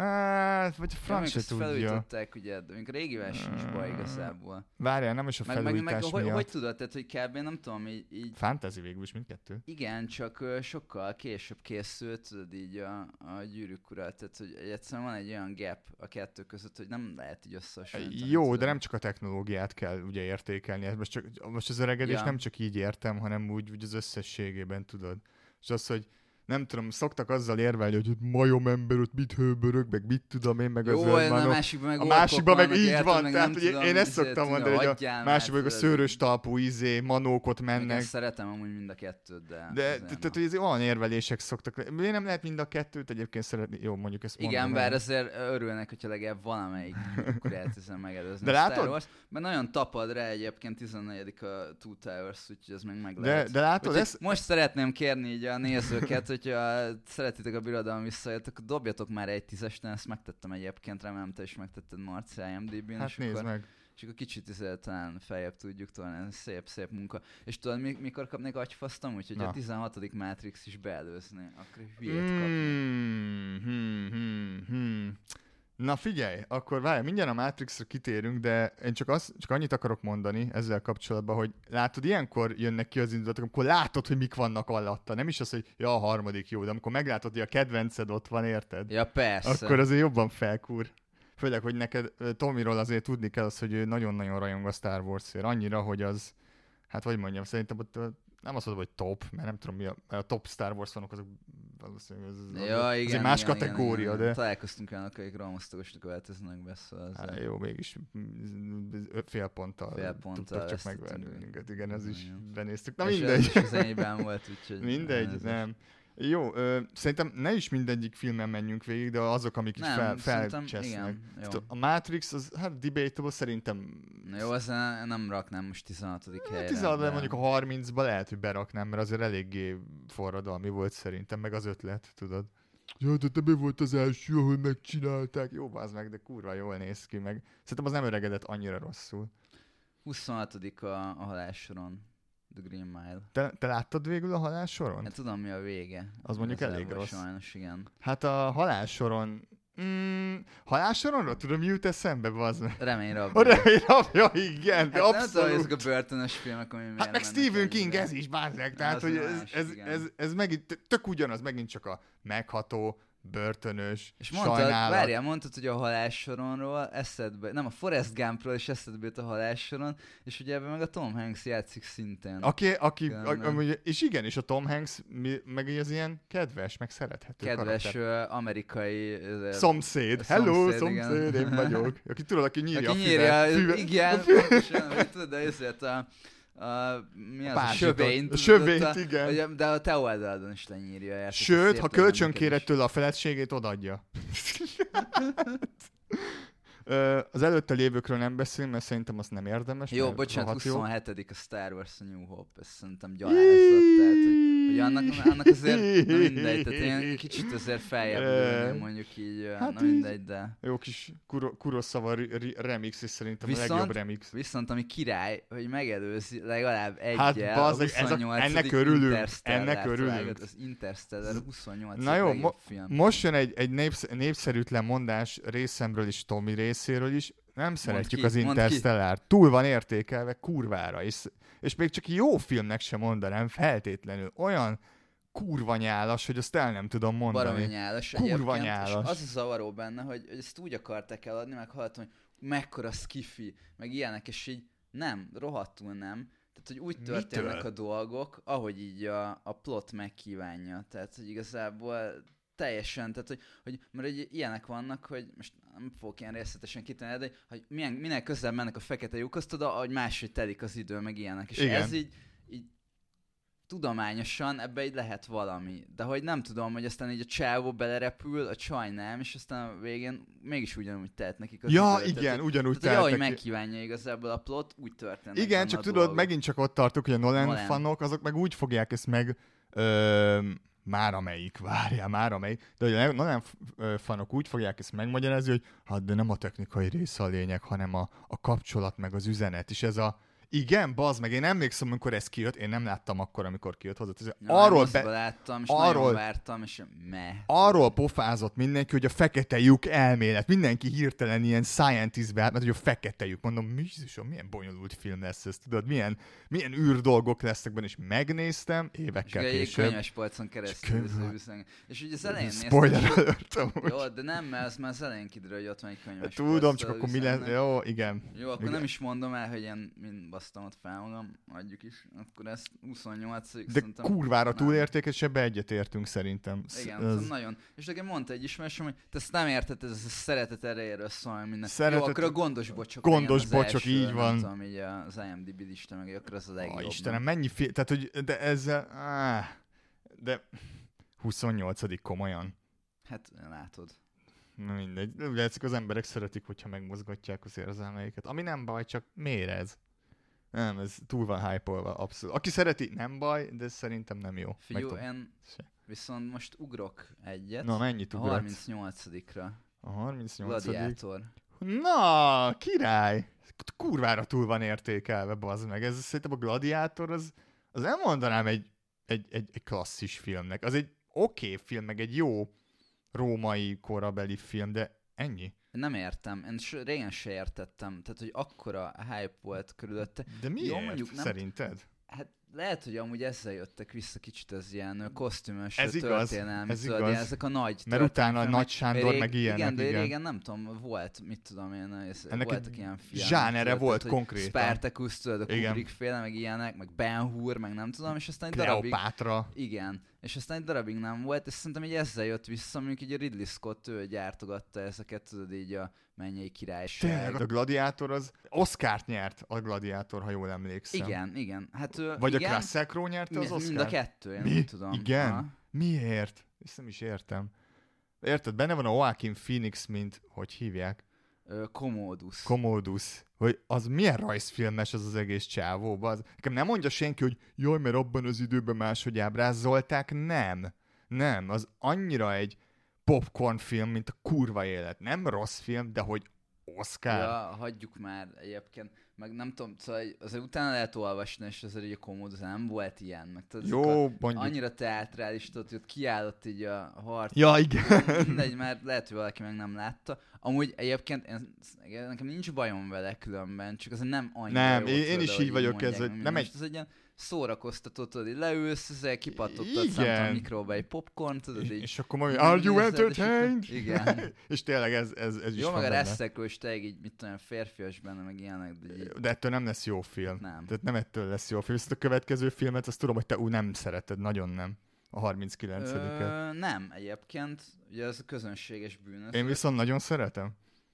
Hát, vagy a Ja, franc még se ezt tudja. felújították, ugye, de még régivel sincs baj igazából. Várjál, nem is a Meg, meg, meg felújítás hogy, miatt. hogy tudod, tehát, hogy kb. Nem tudom, így, így Fantasy végül is mindkettő. igen, csak ö, sokkal később készült, tudod, így a, a Gyűrűk Ura, tehát, hogy egyszerűen van egy olyan gap a kettő között, hogy nem lehet így összehasonlítani. Jó, tudod. de nem csak a technológiát kell ugye értékelni. Most, csak, most az öregedés Ja. nem csak így értem, hanem úgy, úgy az összességében, tudod. És az, hogy nem tudom, szoktak azzal érvelni, hogy ott majomember ott mit hőbörög, meg mit tudom én, meg az Jó, öld a manok. másikban meg A másikban meg orkok így vannak, van, érted, tehát meg hogy nem tudom, én ezt izé, szoktam tudod, mondani, hogy a hagyjál már, másikban meg a tudod. szőrös talpú izé, manókot Meg mennek. én szeretem amúgy mind a kettőt, de... De azért tehát, na. hogy ez olyan érvelések szoktak lenni. Miért nem lehet mind a kettőt egyébként szeretni? Jó, mondjuk ezt Igen, mondom, bár nem? azért örülnek, hogyha legalább valamelyik kurát ezen megelőzni De a Star látod? Wars, mert nagyon tapad rá egyébként tizennegyedik a Two Towers, úgyhogy ez meg meg De, lehet. de látod, Úgyhogy ez... most szeretném kérni így a nézőket, hogyha szeretitek a Birodalom visszajött, akkor dobjatok már egy tízest, én ezt megtettem egyébként, remélem te is megtetted Marci I M D B-n, Hát és, nézd akkor, meg. és akkor kicsit izé, talán feljebb tudjuk tolni, ez szép, szép munka. És tudod, mi, mikor kapnék agyfasztam? Úgyhogy Na. a tizenhatodik Matrix is beelőzni, akkor hülyét kapni. Mm, hmm, hmm, hmm. Na figyelj, akkor várj, mindjárt a Matrixra kitérünk, de én csak, az, csak annyit akarok mondani ezzel kapcsolatban, hogy látod, ilyenkor jönnek ki az indulatok, amikor látod, hogy mik vannak alatta. Nem is az, hogy ja, a harmadik jó, de amikor meglátod, hogy a kedvenced ott van, érted? Ja, persze. Akkor azért jobban felkúr. Főleg, hogy neked ö, Tomiról azért tudni kell az, hogy ő nagyon-nagyon rajong a Star Warsért. Annyira, hogy az, hát hogy mondjam, szerintem ott ö, nem azt mondom, hogy top, mert nem tudom mi a, a top Star Wars fanok, azok valószínűleg az, az, Ja, az igen, egy más igen, kategória, igen, igen. de Találkoztunk olyanok, akik rohamosztagosnak öltöznek be, szóval az hát, jó, mégis mm, fél ponttal, Fél ponttal tudtak csak vesztettünk. megverni minket. Igen, ez is Igen. benéztük. Na és mindegy. Ez, és az enyében volt, úgyhogy... Mindegy, ez nem. Jó, ö, szerintem ne is mindegyik filmen menjünk végig, de azok, amik Nem, így fel, szerintem felcsesznek. igen, jó. Tehát A Matrix, az hát debatable, szerintem Na jó, azt nem nem raknám most tizenhatodik helyre. tizenhat, de- mondjuk a harmincba lehet, hogy beraknám, mert azért eléggé forradalmi volt szerintem, meg az ötlet, tudod. Ja, de te mi volt az első, ahol megcsinálták? Jó, az meg, de kurva jól néz ki, meg szerintem az nem öregedett annyira rosszul. huszonhatodik a, a halálsoron. The Green Mile. Te, te láttad végül a halálsoron? Hát tudom, mi a vége. Az mondjuk elég Igazából rossz. Sajnos, igen. Hát a halálsoron... Mm, halálsoronról tudom, mi jut eszembe, bazd meg? Remény A rabja. remény rabja, igen, de Hát nem tudom, hogy abszolút. ezek a börtönös filmek, ami miért Hát meg mennek Stephen ennyire. King, ez is, bazd meg. Tehát, Az hogy más, ez, ez, igen. ez, ez megint tök ugyanaz, megint csak a megható, börtönös, És mondtad, sajnálat. várjál, mondtad, hogy a halálsoronról eszedbe, nem a Forrest Gumpról is eszedbe jut a halálsoron, és ugye ebben meg a Tom Hanks játszik szintén. Aki, aki, Igen, a, nem. amúgy, és igen, és a Tom Hanks mi, meg így az ilyen kedves, meg szerethető Kedves karakter. ö, amerikai... ö, Szomszéd. szomszéd, Hello, igen. szomszéd, én vagyok. Aki tudod, aki nyírja Aki a nyírja, füvet. füvet. igen, a füvet. pontosan, vagy tudod, de ezért a, a, mi az, a, pázsitot. sövényt. A tudod, sövényt, a- igen. vagy a- De a te oldalon is lenyírja. érted? Sőt, Szép ha legyen kölcsön neked kéred is. tőle a felettségét, odaadja. Ö, az előtte lévőkről nem beszélünk, mert szerintem azt nem érdemes. Jó, mert bocsánat, rohadt jó. huszonhetedik a Star Wars A New Hope, ez szerintem gyalázat, tehát, hogy, hogy annak, annak azért na mindegy, tehát én kicsit azért feljebb ülném, mondjuk így, hát na mindegy, de... Jó kis Kuro, Kurosawa remix, és szerintem viszont, a legjobb remix. Viszont ami király, hogy megelőzi legalább egyel hát, a huszonnyolcadik ennek örülünk, ennek örülünk. Az Interstellar huszonnyolcadik Na jó, legjobb mo- film. most jön egy, egy népsz- népszerűtlen mondás részemről is, Tomi részéről is. Nem szeretjük ki, az Interstellar. Túl van értékelve kurvára. És, és még csak jó filmnek sem mondanám feltétlenül. Olyan kurva nyálas, hogy azt el nem tudom mondani. Baromi nyálas kurva nyálas. És az a zavaró benne, hogy, hogy ezt úgy akarták eladni, meg hallottam, hogy mekkora skifi, meg ilyenek, és így nem, rohadtul nem. Tehát, hogy úgy történnek Mitől? a dolgok, ahogy így a, a plot megkívánja. Tehát, hogy igazából teljesen, tehát, hogy, hogy mert egy, ilyenek vannak, hogy most nem fogok ilyen részletesen kitenni, de hogy milyen, minél közelebb mennek a fekete lyukhoz, tudod, ahogy máshogy telik az idő, meg ilyenek. És igen. ez így, így tudományosan ebbe így lehet valami. De hogy nem tudom, hogy aztán így a csávó belerepül, a csaj nem, és aztán a végén mégis ugyanúgy tehet nekik az Ja, időt. igen, tehát, ugyanúgy tehát, ahogy tehet neki. megkívánja igazából a plot, úgy történik. Igen, csak tudod, megint csak ott tartok, hogy a Nolan, Nolan. fanok, azok meg úgy fogják ezt meg... Ö, már amelyik, várjál, már amelyik, de hogy a Nolan fanok úgy fogják ezt megmagyarázni, hogy hát de nem a technikai része a lényeg, hanem a, a kapcsolat meg az üzenet, és ez a igen, bazd meg, én emlékszem, amikor ez kijött, én nem láttam akkor, amikor kijött hozzá. Ja, arról be... láttam, és arról... nagyon vártam, és meh. Arról pofázott mindenki, hogy a fekete lyuk elmélet. Mindenki hirtelen ilyen scientistbe állt, mert hogy a fekete lyuk. Mondom, Jézusom, milyen bonyolult film lesz ez, tudod? Milyen, milyen űr dolgok lesznek benne, és megnéztem évekkel és később. És könyves polcon keresztül. Könyv... És ugye az elején néztem. Spoiler alert amúgy. Jó, de nem, mert az már az elején kiderül, hogy ott van egy könyves Tudom, polc, csak akkor mi lesz. Jó, igen. Jó, akkor igen. nem is mondom el, hogy én mind basztam ott fel magam, adjuk is. Akkor ez huszonnyolcadik De kurvára túlértékes, és ebbe egyetértünk szerintem. Igen, ez... nagyon. És nekem mondta egy ismerősöm, hogy te ezt nem érted, ez a szeretet erejéről szól minden. Szeretet... Jó, akkor a gondos bocsok. Gondos bocsok, első, így van. Nem tudom, így az I M D B lista, meg akkor az a legjobb. Ah, Istenem, mennyi fi... Tehát, hogy de ezzel... Áh, de huszonnyolcadik komolyan. Hát, látod. Na mindegy. Úgy látszik, az emberek szeretik, hogyha megmozgatják az érzelmeiket. Ami nem baj, csak miért ez? Nem, ez túl van hype-olva, abszolút. Aki szereti, nem baj, de szerintem nem jó. Figyú, Meg én viszont most ugrok egyet. Na, mennyit a ugrok? harmincnyolcadikra. A harmincnyolcadik Gladiátor. Na, király! Kurvára túl van értékelve, bazd meg. Ez szerintem a Gladiátor, az, az nem mondanám egy, egy, egy, egy klasszis filmnek. Az egy oké okay film, meg egy jó római korabeli film, de ennyi. Nem értem. Én s- régen se értettem. Tehát, hogy akkora hype volt körülötte. De miért Jó, mondjuk nem... szerinted? Hát lehet, hogy amúgy ezzel jöttek vissza kicsit az ilyen kosztümös ez igaz, történelmi, ez tudod, igaz. ilyen, ezek a nagy mert utána filmek. Nagy Sándor rég, meg ilyenek, igen. De igen. régen nem tudom, volt, mit tudom én, ez, ennek voltak egy ilyen filmek. zsánere tudod, volt tehát, konkrétan. Spartacus, tudod, a Kubrick féle, meg ilyenek, meg Ben Hur, meg nem tudom, és aztán egy darabig... Kleopátra. Igen, és aztán egy darabig nem volt, és szerintem így ezzel jött vissza, mondjuk így a Ridley Scott, ő gyártogatta ezeket, tudod, így a Mennyei Királyság. Tényleg, a Gladiátor az Oscart nyert, a Gladiátor, ha jól emlékszem. Igen, igen. Hát, ő, Vagy igen, a Russell Crowe nyerte az mind, mind Oscart? a kettő, én Mi? nem tudom. Igen? Aha. Miért? Ezt nem is értem. Érted? Benne van a Joaquin Phoenix, mint, hogy hívják? Ö, Commodus. Commodus. Hogy az milyen rajzfilmes az az egész csávó. Az. Nekem nem mondja senki, hogy jaj, mert abban az időben máshogy ábrázolták. Nem. Nem. Az annyira egy popcorn film, mint a kurva élet. Nem rossz film, de hogy Oscar. Ja, hagyjuk már egyébként. Meg nem tudom, szóval azért utána lehet olvasni, és azért így a Commodus nem volt ilyen. Meg tudod, jó, mondjuk. Annyira teátrális, tudod, hogy ott kiállott így a harc. Ja, igen. Mindegy, mert lehet, hogy valaki meg nem látta. Amúgy egyébként én, nekem nincs bajom vele különben, csak azért nem annyira Nem, jó, én, én tudod, is ahogy így vagyok mondják, ez, hogy meg nem minden. egy... Ez egy ilyen szórakoztató, tudod, így leülsz, ezzel kipattottad Igen. szemtől a mikróba egy popcorn, tudod, így... És akkor mondja, are you entertained? Igen. És tényleg ez, ez, ez is jó, van meg a benne. Russell Crowe is tényleg így, mit tudom, férfias benne, meg ilyenek, de így... De ettől nem lesz jó film. Nem. Tehát nem ettől lesz jó film. Ezt a következő filmet, azt tudom, hogy te ú, nem szereted, nagyon nem. A harminckilencediket. Ö, nem, egyébként, ugye ez a közönséges bűnös. Én viszont nagyon szeretem.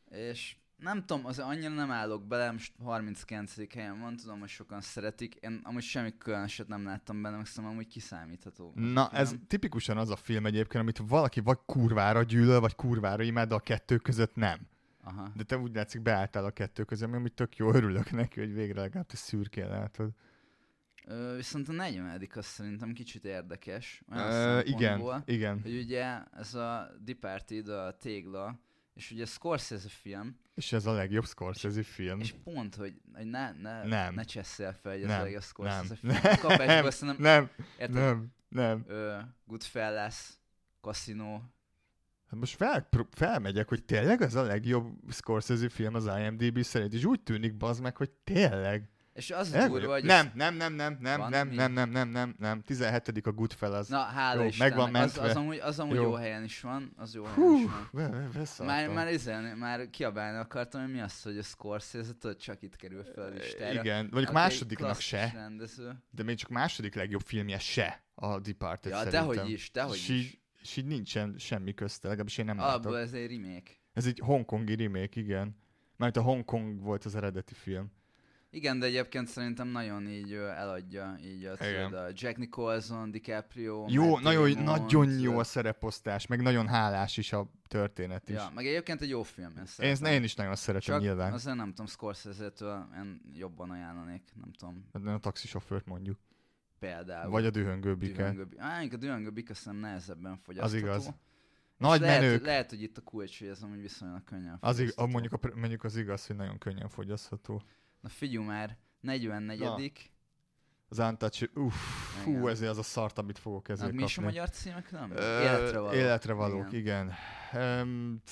És nem tudom, az annyira nem állok bele, most harminckilencedik helyen van, tudom, hogy sokan szeretik. Én amúgy semmi különöset nem láttam benne, meg szerintem amúgy kiszámítható. Na, ez nem? tipikusan az a film egyébként, amit valaki vagy kurvára gyűlöl, vagy kurvára imád, de a kettő között nem. Aha. De te úgy látszik beálltál a kettő között, ami tök jó, örülök neki, hogy végre legalább te szürkén látod. Ö, viszont a negyvenedik az szerintem kicsit érdekes. Olyan Ö, igen, szempontból, igen. hogy ugye ez a Departed, a Tégla, és ugye Scorsese film, És ez a legjobb Scorsese film. és pont, hogy, hogy ne, ne, Nem. ne csesszel fel, hogy ez Nem. a legjobb Scorsese Nem. film. Nem. Kapásból szerintem, Nem, érted? nem, nem. Ö, Goodfellas, Casino, Hát most fel, felmegyek, hogy tényleg ez a legjobb Scorsese film az IMDb szerint, és úgy tűnik, bazd meg, hogy tényleg. és az El durva, vagyok. hogy... Nem, nem, nem, nem, nem, Van? nem, Mi? nem, nem, nem, nem, nem. tizenhetedik a Goodfellas. Na, hála Jó, Istennek, meg van az, mentve. az amúgy, az amúgy Jó. jó helyen is van, az jó helyen Hú, is van. be, be, Már, beszartam. már, izélni, már kiabálni akartam, hogy mi az, hogy a Scorsese, tudod, csak itt kerül fel a listára. Igen, mondjuk Aki egy másodiknak klasszikus se, rendező. de még csak második legjobb filmje se a Departed Ja, szerintem. dehogy is, dehogy és is. így, és így nincsen semmi közte, legalábbis én nem Abból látok. ez egy remake. Ez egy hongkongi remake, igen. Mert a Hongkong volt az eredeti film. Igen, de egyébként szerintem nagyon így ö, eladja így a, Igen. tudod, a Jack Nicholson, DiCaprio, Jó, Matt nagyon, Damon, nagyon jó tudod. a szereposztás, meg nagyon hálás is a történet is. Ja, meg egyébként egy jó film. Én, én, szeretem. én is nagyon szeretem Csak nyilván. azért nem tudom, Scorsese-től én jobban ajánlanék, nem tudom, Hát nem a taxisofőrt mondjuk. például. Vagy a dühöngő bike. Dühöngő Bika. Á, a dühöngő bika szerintem nehezebben fogyasztható. Az igaz. És Nagy lehet, menők. Lehet, hogy itt a kulcs, hogy ez amúgy viszonylag könnyen Az ig- fogyasztható. mondjuk, a, pr- mondjuk az igaz, hogy nagyon könnyen fogyasztható. Na figyelj már, negyvennegyedik Az Untouchable, uff, fú, Igen. ezért az a szart, amit fogok ezért Na, mi kapni. is a magyar címek, nem? Ö, Életre való. Életre valók, igen. igen. Um,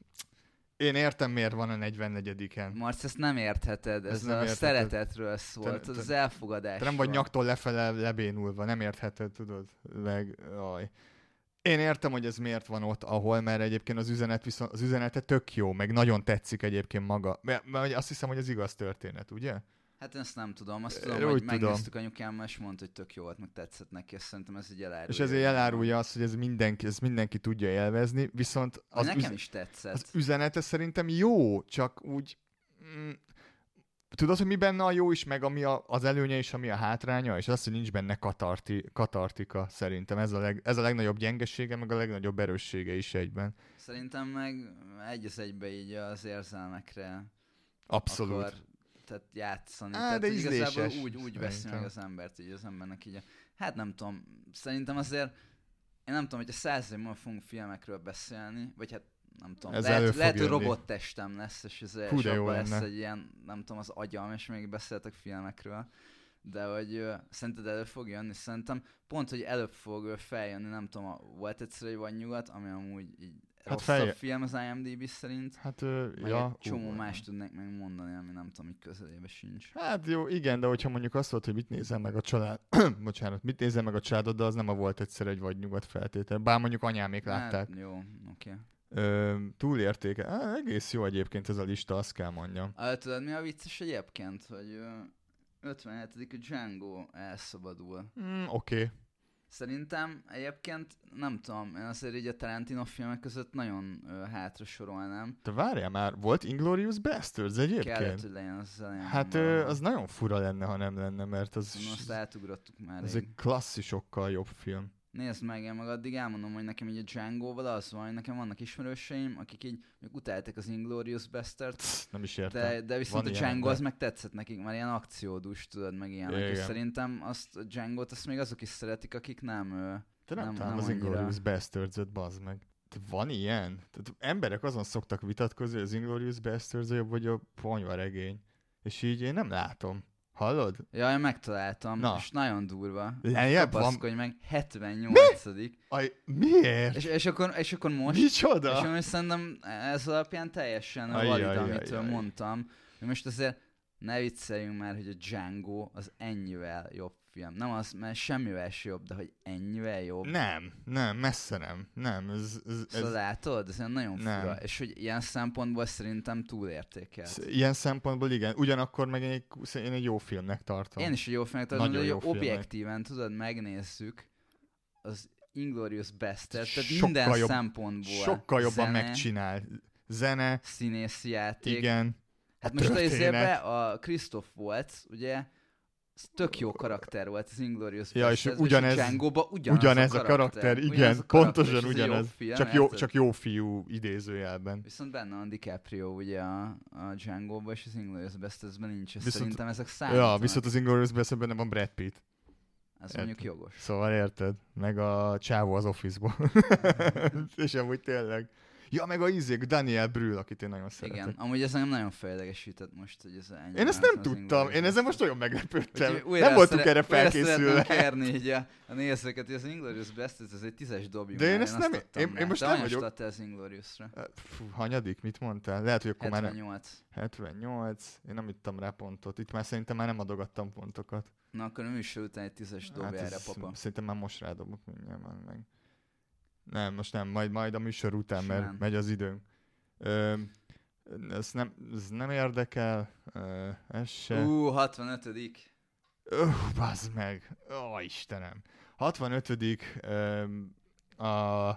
én értem, miért van a negyvennegyediken. Marc, ezt nem értheted, ez nem a értheted. szeretetről szólt, Te- az te- az elfogadás. Te nem vagy nyaktól lefele lebénulva, nem értheted, tudod? Meg, aj. Én értem, hogy ez miért van ott, ahol, mert egyébként az üzenet viszont, az üzenete tök jó, meg nagyon tetszik egyébként maga. Mert, mert azt hiszem, hogy az igaz történet, ugye? Hát én ezt nem tudom, azt Ö, tudom, úgy hogy tudom. megnéztük anyukámmal, és mondta, hogy tök jó volt, meg tetszett neki, és szerintem ez így elárulja. És ezért elárulja azt, hogy ez mindenki, ez mindenki tudja élvezni, viszont az, Nekem üz- is tetszett. az üzenete szerintem jó, csak úgy... Mm, tudod, hogy mi benne a jó is, meg ami a, az előnye és ami a hátránya, és az, hogy nincs benne katarti, katartika szerintem. Ez a, leg, ez a legnagyobb gyengesége, meg a legnagyobb erőssége is egyben. Szerintem meg egy az egybe így az érzelmekre Abszolút. akar tehát játszani. Á, tehát de hogy igazából ízléses, úgy, úgy veszi meg szerintem. az embert, így az embernek így. A... Hát nem tudom, szerintem azért, én nem tudom, hogy a száz év múlva fogunk filmekről beszélni, vagy hát nem tudom, Ez lehet, elő fog lehet hogy jönni. robottestem lesz, és, ez, Fú, és de jó abban lesz lenne. egy ilyen, nem tudom, az agyam, és még beszéltek filmekről. De hogy ö, szerinted elő fog jönni? Szerintem pont, hogy előbb fog ö, feljönni, nem tudom, a, volt egyszer egy Vagy nyugat, ami amúgy így Hát rosszabb felje- film az IMDb szerint. Hát, ö, Meg ja. egy csomó ú, más tudnék meg mondani, ami nem tudom, hogy közelébe sincs. Hát jó, igen, de hogyha mondjuk azt volt, hogy mit nézel meg a család... Bocsánat, mit nézel meg a családod, de az nem a volt egyszer egy Vagy nyugat feltétel. Bár mondjuk anyámék látták. Hát, jó, oké. Ö, túlértéke. Á, egész jó egyébként ez a lista, azt kell mondjam. Okay. Tudod, mi a vicces egyébként, hogy ö, ötvenhetedik a Django elszabadul. Mm, Oké. Okay. Szerintem egyébként, nem tudom, én azért így a Tarantino filmek között nagyon ö, hátra sorolnám. Te várjál már, volt Inglourious Basterds egyébként? Kellett, hogy legyen az elején. Hát ö, az nagyon fura lenne, ha nem lenne, mert az, Na, azt átugrottuk már. az rég. egy klasszisokkal jobb film. Nézd meg, én meg addig elmondom, hogy nekem így a Django-val az van, hogy nekem vannak ismerőseim, akik így mondjuk utálták az Inglourious Basterds, Psz, nem is értem. de, de viszont Van a ilyen Django ember. az meg tetszett nekik, már ilyen akciódús, tudod, meg ilyenek, és Igen. szerintem azt a Django-t azt még azok is szeretik, akik nem... Ö, Te nem, nem- nem nem az annyira. Inglourious Basterds-öt, bazd meg. Te van ilyen? Tehát emberek azon szoktak vitatkozni, hogy az Inglourious Basterds jobb, vagy a ponyvaregény. És így én nem látom. Hallod? Ja, én megtaláltam, Na. és nagyon durva. Lejjebb van? Kapaszkodj meg, hetvennyolcadik Aj, miért? És, és, akkor, és akkor most... Micsoda? És most szerintem ez alapján teljesen Ajj, valid, ajj, amit ajj, ajj. mondtam. Hogy most azért ne vicceljünk már, hogy a Django az ennyivel jobb film. Nem az, mert semmivel se jobb, de hogy ennyivel jobb. Nem, nem, messze nem. Nem, ez... ez, Szóval ez látod? Ez olyan nagyon Nem. fura. És hogy ilyen szempontból szerintem túlértékelt. ez, ilyen szempontból igen. Ugyanakkor meg én egy, én egy jó filmnek tartom. Én is egy jó filmnek tartom, Nagyon de jó hogy filmek. objektíven, tudod, megnézzük az Inglourious Basterds, tehát Sokkal minden jobb- szempontból. Sokkal jobban zene, megcsinál. Zene, színészi játék. igen. Hát a most a történet. izébe a Christoph Waltz, ugye, ez tök jó karakter volt az Inglourious Ja, és Basterdsben, ugyanez, és a Django-ba ugyanaz, ugyanez a a karakter, karakter. igen, ugyanaz a karakter, pontosan és ez egy ugyanez. Jó film, csak, jó, érted? csak jó fiú idézőjelben. Viszont benne van DiCaprio ugye a, a Django-ba, és az Inglourious Basterdsben nincs, és Viszont- szerintem ezek számítanak. Ja, viszont az Inglourious Basterdsben nem van Brad Pitt. Ez érted. mondjuk jogos. Szóval érted? Meg a csávó az Office-ból. És amúgy tényleg. Ja, meg a izék, Daniel Brühl, akit én nagyon szeretek. Igen, amúgy ez engem nagyon fejlegesített most, hogy ez ennyi. Én ezt nem tudtam, én ezen most olyan meglepődtem. Nem voltunk erre felkészülve. Újra kérni így a, a nézőket, hogy az Inglourious Basterds, ez egy tízes dobjuk. De én már, ezt nem- adtam én- én rá. most Te nem hanyast vagyok- adtál az Ingloriousra? Fú, hanyadik? Mit mondtál? Lehet, hogy akkor már nem. hetvennyolc. hetvennyolc. Én nem ittam rá pontot. Itt már szerintem már nem adogattam pontokat. Na akkor a műsor után egy tízes dobja erre, ez- papa. Szerintem már most rádobok mindjárt már meg. Nem, most nem, majd, majd a műsor után, Simán. mert megy az időnk. Ö, ez, nem, ez nem érdekel, ö, ez se. Ú, hatvanötödik. Öh, bazd meg. Ó, Istenem. hatvanötödik Um, a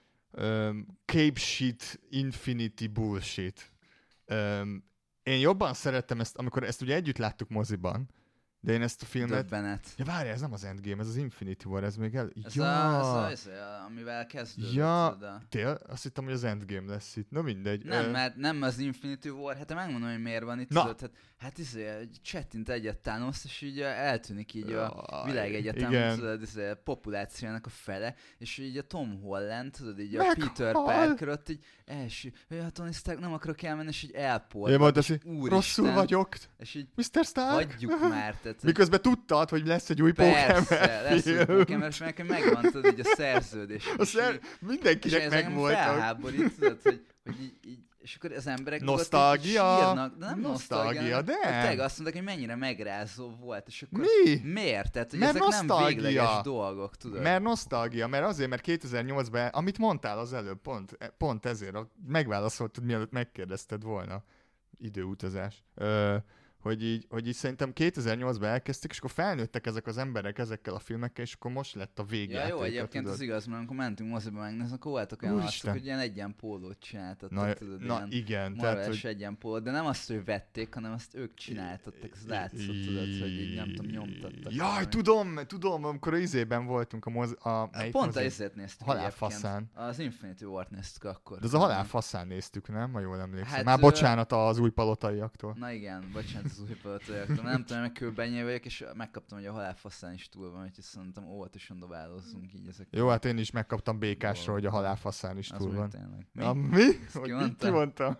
um, Cape Shit Infinity Bullshit. Um, én jobban szerettem ezt, amikor ezt ugye együtt láttuk moziban, de én ezt a filmet... Döbbenet. Ja, várj, ez nem az Endgame, ez az Infinity War, ez még el... Ez, ja, a, ez, a, ez a, amivel kezdődött. Ja. tudod, a- Tél? Azt hittem, hogy az Endgame lesz itt. Na mindegy. Nem, Ö, mert nem az Infinity War, hát megmondom, hogy miért van itt, Na. tudod, hát, hát izé, csettint egyet Thanos, és így ö, eltűnik így a Jaj, világegyetem, igen. tudod, izé, populációjának a fele, és így a Tom Holland, tudod, így a Meghal. Peter Parker ott így első, hogy a Tony Stark, nem akarok elmenni, és így Én elporlad, majd és azt, úristen, rosszul vagyok. és így miszter Stark? hagyjuk már, tehát, hogy Miközben tudtad, hogy lesz egy új persze, Pokémon lesz egy film. Pokémon, és nekem megvan, tudod, így a szerződés. A és szer... így- és Mindenkinek ez engem megvoltak. felháborít, tudod, hogy, hogy így, így, és akkor az emberek ott így Nosztalgia. sírnak, de nem Nosztalgia, nosztalgia, de. hanem tényleg azt mondták, hogy mennyire megrázó volt, és akkor Mi? miért? Tehát, hogy Mert ezek nem nosztalgia. végleges dolgok, tudod? Mert nosztalgia, mert azért, mert kétezer-nyolcban, amit mondtál az előbb, pont, pont ezért, a- megválaszoltad, mielőtt megkérdezted volna. Időutazás. Ö, hogy így, hogy így szerintem kétezer-nyolcban elkezdték, és akkor felnőttek ezek az emberek ezekkel a filmekkel, és akkor most lett a Ja, végjátéka, jó, egyébként tudod. az igaz, mert amikor mentünk moziba megnézni, akkor voltak olyan arcok, Úristen. hogy ilyen egyen pólót csináltattak, Na, tudod, na ilyen igen, tehát, marveles hogy... egyen pólót, de nem azt, hogy vették, hanem azt ők csináltattak, az látszott, tudod, hogy így nem tudom, nyomtattak. Jaj, valami. tudom, tudom, amikor a izében voltunk a moz... A, melyik Pont mozi? ezért néztük Halálfaszán. egyébként. Az Infinity War-t néztük akkor. De az a halálfaszán néztük, nem? Ha jól emlékszem. Hát, Már ö- bocsánat az új palotaiaktól. Na igen, bocsánat az új palotaiaktól. Nem tudom, meg kőbenyé vagyok, és megkaptam, hogy a halálfaszán is túl van, úgyhogy szerintem óvatosan dobálózzunk így ezek. Jó, hát én is megkaptam békásról, hogy a halálfaszán is Az túl még van. tényleg. Mi? Na, mi? Ezt Hogy ki ki mondta? mondta?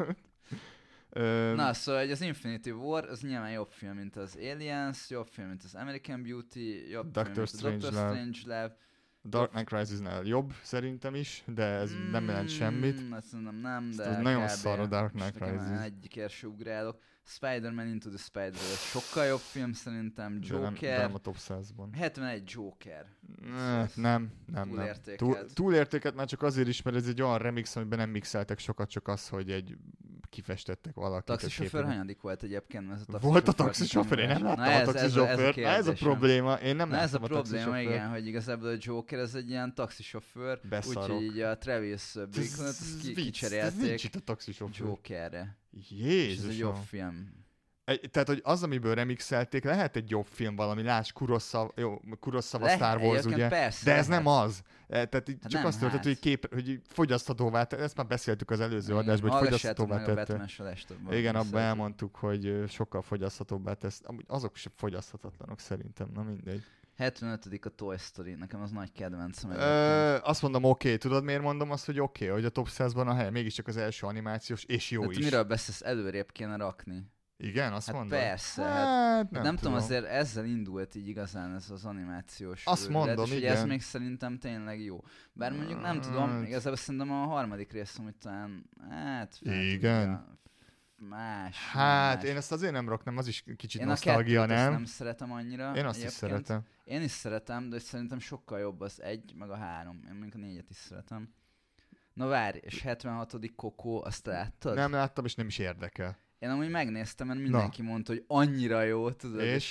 Ö, Na, szóval hogy az Infinity War, az nyilván jobb film, mint az Aliens, jobb film, mint az American Beauty, jobb Doctor film, mint a Doctor Strangelove. Strangelove. Dark Knight Rises-nál jobb szerintem is, de ez nem jelent semmit. Mm, azt mondom nem, Ezt de az nagyon kb. szar a Dark Most Knight nekem Rises. egyikért se ugrálok. Spider-Man Into the Spider-Verse sokkal jobb film szerintem. De nem, de Joker. nem a top százban. hetvenegy Joker. Ne, nem, nem, nem. Túlértékelt. Túl, túlértéket már csak azért is, mert ez egy olyan remix, amiben nem mixeltek sokat, csak az, hogy egy kifestettek valakit. Taxisofőr hanyadik volt egyébként? Ez a Volt a taxisofőrt taxisofőr, én nem nekem láttam Na a ez- ez taxisofőrt. Na, ez a kérdésem. probléma, én nem Na ez a láttam a probléma, taxisofőrt. igen, hogy igazából a Joker ez egy ilyen taxisofőr, Beszarok. úgyhogy így a Travis Bickle-t azt ki- vicc, ez nincs kicserélték itt a taxisofőr. Jokerre. És ez egy jobb Jézusom. film. Egy, tehát, hogy az, amiből remixelték, lehet egy jobb film valami, láss Kurosawa, jó, Kurosawa Lehet, Star Wars, egyébként ugye? persze, De ez lehet. nem az. E, Tehát így Hát csak nem, azt történt, hát. hogy, kép, hogy így fogyaszthatóvá, te- ezt már beszéltük az előző Igen, adásban, hogy hallgassátok fogyaszthatóvá meg a tette. Batman-es adástot, Igen, abban beszéltük. elmondtuk, hogy ö, sokkal fogyaszthatóbbá tesz. Amúgy azok sem fogyaszthatatlanok szerintem, na mindegy. hetvenötödik a Toy Story, nekem az nagy kedvencem. Ö, egyébként. azt mondom, oké, okay. Tudod miért mondom azt, hogy oké, okay, hogy a top százban a hely, mégiscsak az első animációs, és jó Hát is. miről beszélsz, előrébb kéne rakni. Igen, azt Hát mondod? persze, hát, hát nem, Nem, tudom, azért ezzel indult így igazán ez az animációs Azt őrület, mondom, és hogy igen. ez még szerintem tényleg jó. Bár mondjuk nem tudom, Hát. igazából szerintem a harmadik rész, amit talán, hát fel Igen. tudja, más. Hát, más. én ezt azért nem raknám, az is kicsit Én a nosztalgia, kettőt ezt nem? nem szeretem annyira. Én azt is egyébként. szeretem. Én is szeretem, de szerintem sokkal jobb az egy, meg a három. Én mondjuk a négyet is szeretem. Na várj, és hetvenhatodik Coco, azt láttad? Nem láttam, és nem is érdekel. Én amúgy megnéztem, mert mindenki mondta, hogy annyira jó, tudod, és, És? és így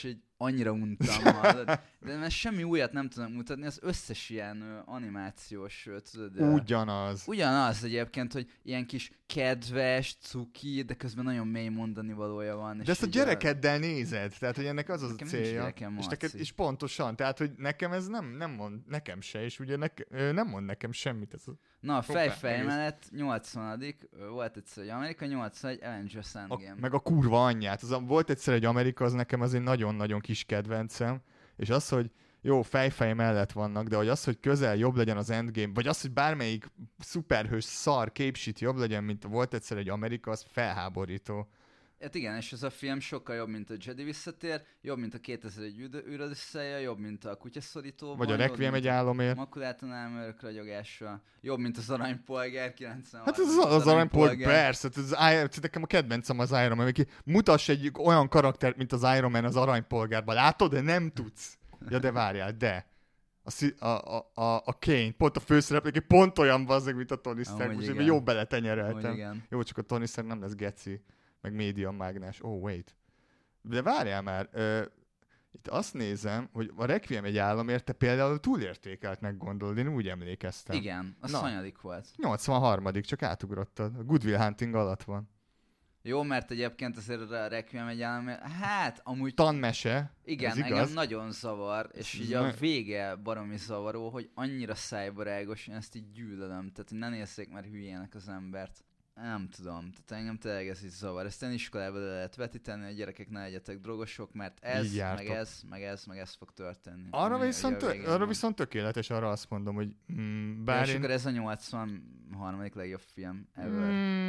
annyira untam, hallod. De mert semmi újat nem tudnak mutatni, az összes ilyen ö, animációs, ö, tudod... ö, Ugyanaz. Ugyanaz egyébként, hogy ilyen kis kedves, cuki, de közben nagyon mély mondani valója van. De ezt a így gyerekeddel nézed, tehát hogy ennek az az a Nekem nincs célja. gyerekem, És, neked, Marci. és pontosan, tehát hogy nekem ez nem, nem mond, nekem se, és ugye nek, ö, nem mond nekem semmit. Ez a, Na, a Hoppá, fejfej egész. mellett nyolcvanadik volt egyszer egy Amerika, nyolcvanegy Avengers a, Endgame. meg a kurva anyját. Az a, volt egyszer egy Amerika, az nekem az egy nagyon-nagyon kis kedvencem, és az, hogy jó, fejfej mellett vannak, de hogy az, hogy közel jobb legyen az Endgame, vagy az, hogy bármelyik szuperhős szar képsít jobb legyen, mint volt egyszer egy Amerika, az felháborító. Hát igen, és ez a film sokkal jobb, mint a Jedi visszatér, jobb, mint a kétezer-egy űrödisszeja, jobb, mint a Kutyaszorító. Vagy a Requiem egy álomért. Makulátlan elmőrök ragyogása, jobb, mint az Aranypolgár kilencvenhárom. Hát ez az, az aranypolgár, persze, ez az Iron, nekem a kedvencem az Iron Man, aki mutass egy olyan karaktert, mint az Iron Man az aranypolgárban, látod, de nem tudsz. Ja, de várjál, de. A, szi- a, a, a, a Kane, pont a főszereplő, aki pont olyan bazzeg, mint a Tony Stark, Amúgy most igen. én jó Amúgy beletenyereltem. igen. Jó, csak a Tony Stark nem lesz geci, meg média mágnás. Oh, wait. De várjál már, ö, itt azt nézem, hogy a Requiem egy államért te például túlértékeltnek gondolod, én úgy emlékeztem. Igen, az Na. hanyadik volt. nyolcvanharmadik csak átugrottad. A Good Will Hunting alatt van. Jó, mert egyébként azért a Requiem egy államért, hát amúgy Tanmese, igen, ez engem igaz. nagyon zavar, és Ez így a ne- vége baromi zavaró, hogy annyira szájbarágos, én ezt így gyűlölöm, tehát hogy ne nézzék már hülyének az embert. Nem tudom, tehát engem tényleg ez így zavar. Ezt én iskolában le lehet vetíteni, a gyerekek ne legyetek drogosok, mert ez, Így jártok. meg ez, meg ez, meg ez fog történni. Arra Ami viszont, ugye a tö- végén arra van. viszont tökéletes, arra azt mondom, hogy mm, Bár bár és én akkor ez a nyolcvanharmadik legjobb film ever.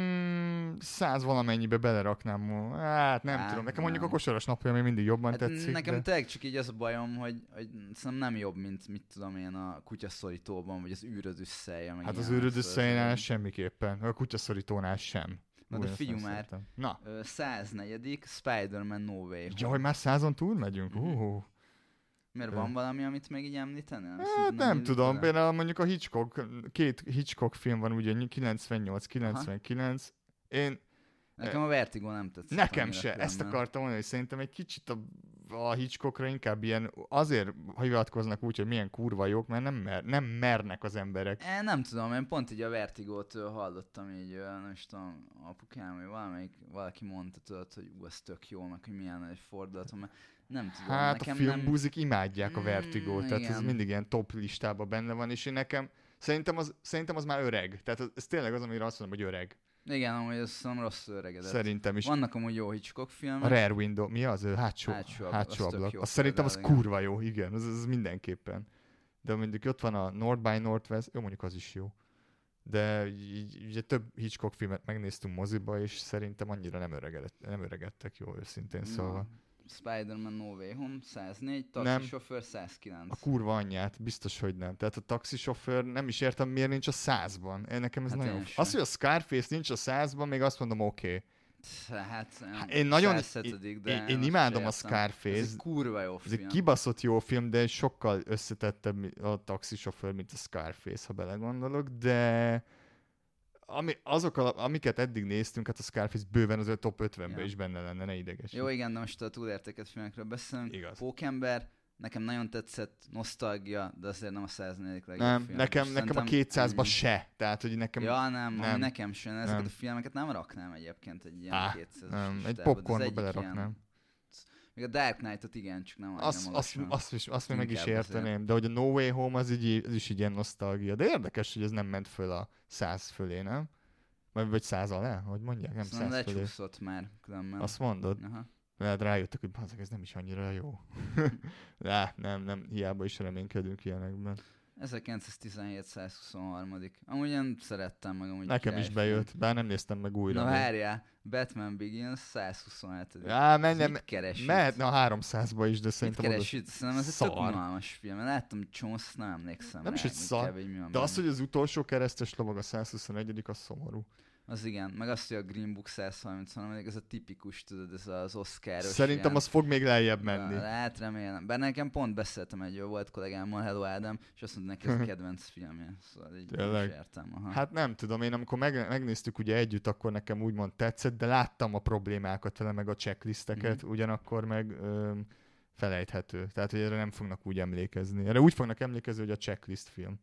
mm, száz valamennyibe beleraknám. mo- Hát nem Á, tudom, nekem nem. mondjuk a kosaras napja még mindig jobban Hát tetszik. nekem de... tényleg csak így az a bajom, hogy, hogy szerintem nem jobb, mint mit tudom én a kutyaszorítóban, vagy az űrödüsszelje. meg Hát az ilyenek, űrödösszejénál szóval- semmiképpen, a kutyaszorítónál sem. Na Ú, de ezt figyelj nem már. szeretem. Na, Ö, száznegyedik Spider-Man No Way Home. ja, hogy már százon túl megyünk? Mhm. Uh, Miért Ö. van valami, amit még így említeni? hát nem tudom, például mondjuk a Hitchcock, két Hitchcock film van ugye kilencvennyolc kilencvenkilenc. Én Nekem a Vertigo nem tetszett. Nekem annyira se, ezt különben. akartam mondani, hogy szerintem egy kicsit a, a Hitchcockra inkább ilyen, azért hivatkoznak úgy, hogy milyen kurva jók, mert nem, mer, nem mernek az emberek. E, nem tudom, én pont így a Vertigót ö, hallottam így, ö, nem is tudom, apukám, vagy valamelyik, valaki mondta, tudod, hogy ú, ez tök jó, meg hogy milyen egy fordulatom, mert nem tudom, Hát nekem a nem... filmbúzik imádják a Mm, Vertigót, tehát ez igen. mindig ilyen top listában benne van, és én nekem, szerintem az, szerintem az már öreg. Tehát az, ez tényleg az, amire azt mondom, hogy öreg. Igen, amúgy ez szerintem rossz öregedett. Szerintem is. Vannak amúgy jó Hitchcock filmek. A Rare Window, mi az? Ő hátsó, Hátsó ablak, hátsó az tök ablak. jó Azt szerintem az például, igen. kurva jó, igen, az, az mindenképpen. De mondjuk ott van a North by Northwest, jó, mondjuk az is jó. De így, ugye több Hitchcock filmet megnéztünk moziba, és szerintem annyira nem, öregedett, nem öregedtek jó, őszintén szóval. Na, Spider-Man No Way Home száznégy, Nem. taxisofőr százkilenc. A kurva anyját, biztos, hogy nem. Tehát a taxisofőr, nem is értem, miért nincs a százban. Én nekem ez Hát nagyon... én sem. Az, hogy a Scarface nincs a százban, még azt mondom, oké. Okay. Hát, Hát én nagyon- százhetedik, de én- én most imádom se a értem. Scarface. Ez egy kurva jó Ez egy film. kibaszott jó film, de sokkal összetettebb mi- a taxisofőr, mint a Scarface, ha belegondolok, de ami, azok, a, amiket eddig néztünk, hát a Scarface bőven az ő top ötvenben Ja. is benne lenne, ne ideges. Jó, igen, de most a túlértékelt filmekről beszélünk. Igaz. Pókember, nekem nagyon tetszett, nosztalgia, de azért nem a száznegyedik legjobb Nem, film. nekem, És nekem a szerintem kétszázban ennyi. se. Tehát, hogy nekem... Ja, nem, nem. nem. Ami nekem sem. Ezeket Nem. a filmeket nem raknám egyébként egy ilyen Á, kétszázas nem, egy listába, de az popcornba egyik beleraknám. ilyen- Még a Dark Knight-ot igen, csak nem annyira Azt, azt, magasan. azt, is, azt még meg is Inkább azért. érteném, de hogy a No Way Home az, így, az is így ilyen nosztalgia. De érdekes, hogy ez nem ment föl a száz fölé, nem? Vagy, vagy száz alá? Hogy mondják? Nem Szerintem száz fölé. lecsúszott már különben. Azt mondod? Aha. Lehet rájöttek, hogy bazeg, ez nem is annyira jó. De nem, nem, hiába is reménykedünk ilyenekben. ezerkilencszáztizenhét százhuszonharmadik Amúgy én szerettem meg amúgy. Nekem is királyfilm. bejött, bár nem néztem meg újra. Na még. várjál, Batman Begins százhuszonhetedik Á, menjem, Mit keresít? mehetne a háromszázba is, de Mit szerintem oda... keresít? Szerintem ez egy tök Szar. unalmas film. Én láttam csomósz, azt nem emlékszem Nem rá, is egy hogy szar, kb. mi van De az, benne. hogy az utolsó keresztes lovag a százhuszonegyedik az szomorú. Az igen, meg azt, hogy a Green Book százharmincharmadik ez a tipikus, tudod, ez az Oscaros Szerintem ilyen... az fog még lejjebb menni. Ja, hát remélem. Bár nekem pont beszéltem egy jó volt kollégámmal, Hello Ádám, és azt mondta neki, ez a kedvenc filmje. Szóval így nem Tényleg? is értem. Aha. Hát nem tudom, én amikor meg, megnéztük ugye együtt, akkor nekem úgymond tetszett, de láttam a problémákat vele, meg a checklisteket, Mhm. ugyanakkor meg ö, felejthető. Tehát, hogy erre nem fognak úgy emlékezni. Erre úgy fognak emlékezni, hogy a checklist film.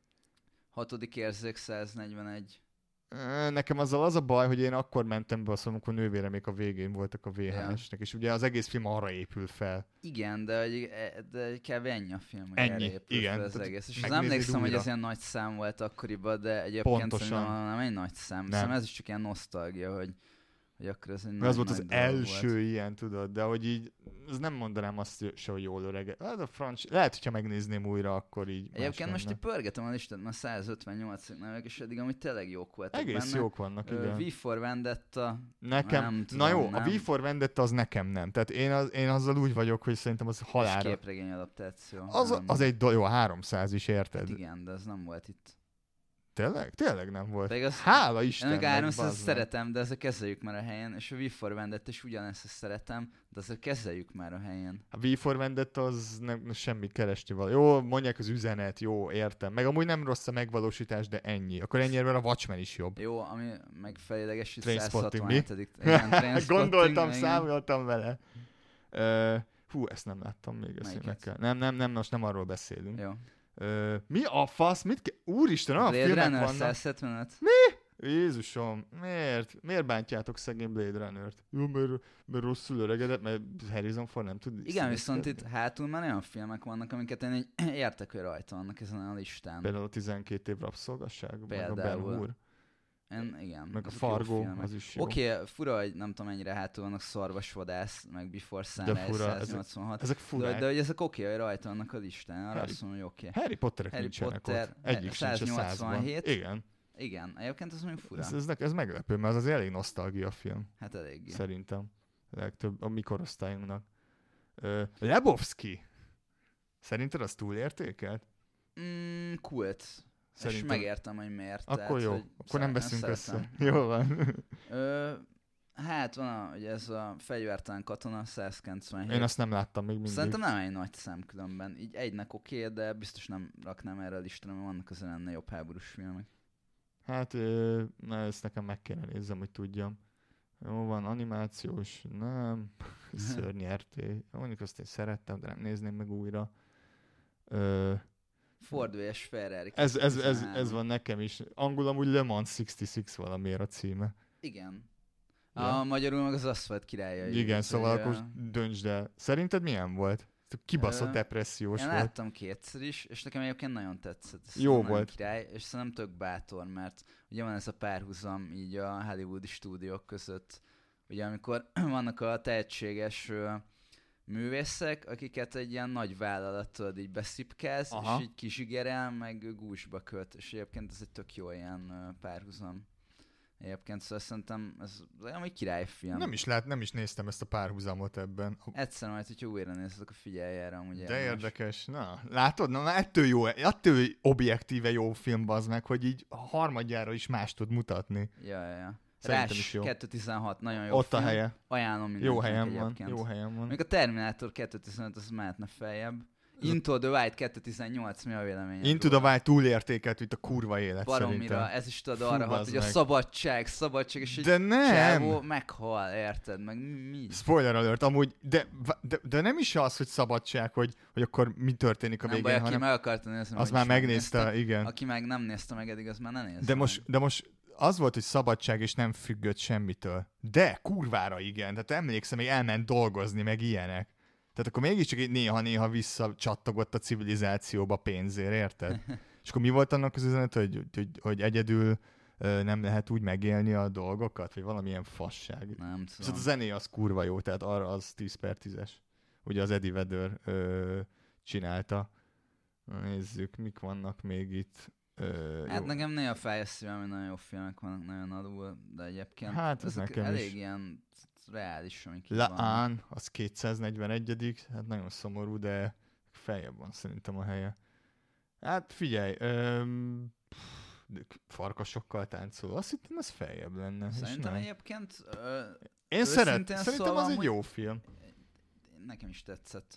Hatodik érzék száznegyvenegy. Nekem azzal az a baj, hogy én akkor mentem be, azt mondom, amikor nővére még a végén voltak a vé há es-nek, és ugye az egész film arra épül fel. Igen, de, de kb. Ennyi a film, hogy ennyi, erre épül igen. fel az egész. És az Megnézed emlékszem, újra. hogy ez ilyen nagy szám volt akkoriban, de egyébként Pontosan. szerintem nem egy nagy szám. Szerintem ez is csak ilyen nosztalgia, hogy, hogy akkor ez egy Mert nagy, az volt nagy az dolog első volt. ilyen, tudod, de hogy így, az nem mondanám azt se, hogy jól öreg. Hát a franc... Lehet, hogyha megnézném újra, akkor így Egyébként most lenne. így pörgetem a listát, mert százötvennyolc nevek, és eddig amúgy tényleg jók voltak Egész benne. jók vannak, igen. V for Vendetta, Nekem, nem na tudom, jó, nem. a V for Vendetta az nekem nem. Tehát én, az, én azzal úgy vagyok, hogy szerintem az és halálra. képregény adaptáció. Az, nem. az egy do- jó, háromszáz is, érted? Hát igen, de az nem volt itt. Tényleg? Tényleg nem volt. Pedig az- Hála Én Istennek, meg háromszáz bazd meg. szeretem, de ezzel kezeljük már a helyen, és a V for Vendetta is ugyanezt szeretem, de ezzel kezeljük már a helyen. A V for Vendetta az nem semmit keresni való. Jó, mondják az üzenet, jó, értem. Meg amúgy nem rossz a megvalósítás, de ennyi. Akkor ennyire, mert a Watchmen is jobb. Jó, ami meg felélegesít Trainspotting, mi? százhatvanhetedik. Igen, Trainspotting, Gondoltam, igen. számoltam vele. Uh, hú, ezt nem láttam még. Ezt én meg Melyiket? kell. Nem, nem, nem, most nem arról beszélünk. Jó. Uh, mi a fasz? Mit ke- Úristen, olyan Blade filmek Runner vannak. százhetvenöt. Jézusom, miért? Miért bántjátok szegény Blade Runnert? Jó, mert, mert rosszul öregedett, mert Harrison Ford nem tud Igen, színészkedni. viszont itt hátul már olyan filmek vannak, amiket én így értek, hogy rajta vannak ezen a listán. Például a tizenkét év rabszolgasság, meg a Ben Például. Hur, Én, igen. meg a azok jó Fargo, filmek. az is jó. Oké, okay, fura, hogy nem tudom mennyire hátul vannak Szarvasvadász, meg Before Sunrise fura, ezek- száznyolcvanhat. Ezek De, furák. de hogy ezek oké, okay, hogy rajta vannak a listán, arra Harry- azt mondom, hogy oké. Okay. Harry Potterek Harry nincsenek Potter, ott. Egyik sincs a százban. száznyolcvanhét. Igen. Igen, egyébként az mondjuk fura. Ez, ez, ez meglepő, mert az az elég nosztalgia film, Hát eléggé. szerintem. A legtöbb a mi korosztályunknak. Ö, Lebowski. Szerinted az túlértékelt? Mm, kult. Szerintem. És megértem, hogy miért. Akkor tehát, jó, hogy akkor nem szeret- beszélünk szeretem. össze. Jó van. Ö, hát van a, ugye ez a fegyvertelen katona, százkilencvenhét. Én azt nem láttam még mindig. Szerintem nem egy nagy szám különben. Így egynek oké, okay, de biztos nem raknám erre a listára, mert vannak azért ennél jobb háborús filmek. Hát, ö, na, ezt nekem meg kéne nézzem, hogy tudjam. Jó van, animációs, nem. Szörnyerté. Mondjuk azt én szerettem, de nem nézném meg újra. Ö, Ford vs Ferrari. ez, ez, ez, kétezer-tizenhárom. ez van nekem is. Angol amúgy Le Mans hatszázhatvanhat valamiért a címe. Igen. Ja. A magyarul meg az aszfalt királya. Igen, szóval akkor döntsd el. Szerinted milyen volt? Kibaszott Ö, depressziós Én volt. láttam kétszer is, és nekem egyébként nagyon tetszett. Ez Jó nagyon volt. Király, és szerintem tök bátor, mert ugye van ez a párhuzam így a hollywoodi stúdiók között, ugye amikor vannak a tehetséges ö, művészek, akiket egy ilyen nagy vállalat tudod így beszipkáz, Aha. és így kizsigerel, meg gúzsba köt, és egyébként ez egy tök jó ilyen ö, párhuzam. Egyébként szóval szerintem ez olyan, hogy királyfilm. Nem is lát, nem is néztem ezt a párhuzamot ebben. Egyszer majd, hogyha újra nézed, akkor figyelj erre amúgy. De érdemes. érdekes. Na, látod? Na, már ettől jó, ettől objektíve jó film, bazd meg, hogy így a harmadjára is más tud mutatni. Ja, ja, ja. Szerintem Rás is jó. kettőtizenhat, nagyon jó Ott film. a helye. Ajánlom mindenkinek Jó helyen van, egyébként. jó helyen van. Még a Terminator kettőtizenöt az mehetne feljebb. Into the Wild kettőtizennyolc, mi a véleményed? Into the Wild túlértékelt, mint a kurva élet Baromira, szerintem. ez is tudod Fú, arra hat, bazd hogy a meg. szabadság, szabadság, és egy De nem! csávó meghal, érted? Meg mi? Spoiler alert, amúgy, de, de, de nem is az, hogy szabadság, hogy, hogy akkor mi történik a Nem végén, baj, aki hanem meg akarta nézni, az hogy már is megnézte, igen. Aki meg nem nézte meg eddig, az már ne nézze De meg. most, de most az volt, hogy szabadság, és nem függött semmitől. De kurvára igen. Tehát emlékszem, hogy elment dolgozni, meg ilyenek. Tehát akkor mégiscsak így néha-néha visszacsattogott a civilizációba pénzért, érted? És akkor mi volt annak az üzenet, hogy, hogy, hogy egyedül ö, nem lehet úgy megélni a dolgokat? Vagy valamilyen fasság? Nem Viszont tudom. a zené az kurva jó, tehát arra az tíz per tízes. Ugye az Eddie Vedder ö, csinálta. Na, nézzük, mik vannak még itt. Ö, Hát jó. nekem néha fáj a szívem, hogy nagyon jó filmek vannak, nagyon alul, de egyébként Hát, ez ezek nekem elég is. ilyen reális, amik itt La vannak. An, az kétszáznegyvenegyedik hát nagyon szomorú, de feljebb van szerintem a helye. Hát figyelj, öm, pff, farkasokkal táncol, azt hittem ez feljebb lenne. és Szerintem nem. egyébként ö, Én szeret, őszintén szerintem szólva az egy amúgy- jó film. nekem is tetszett.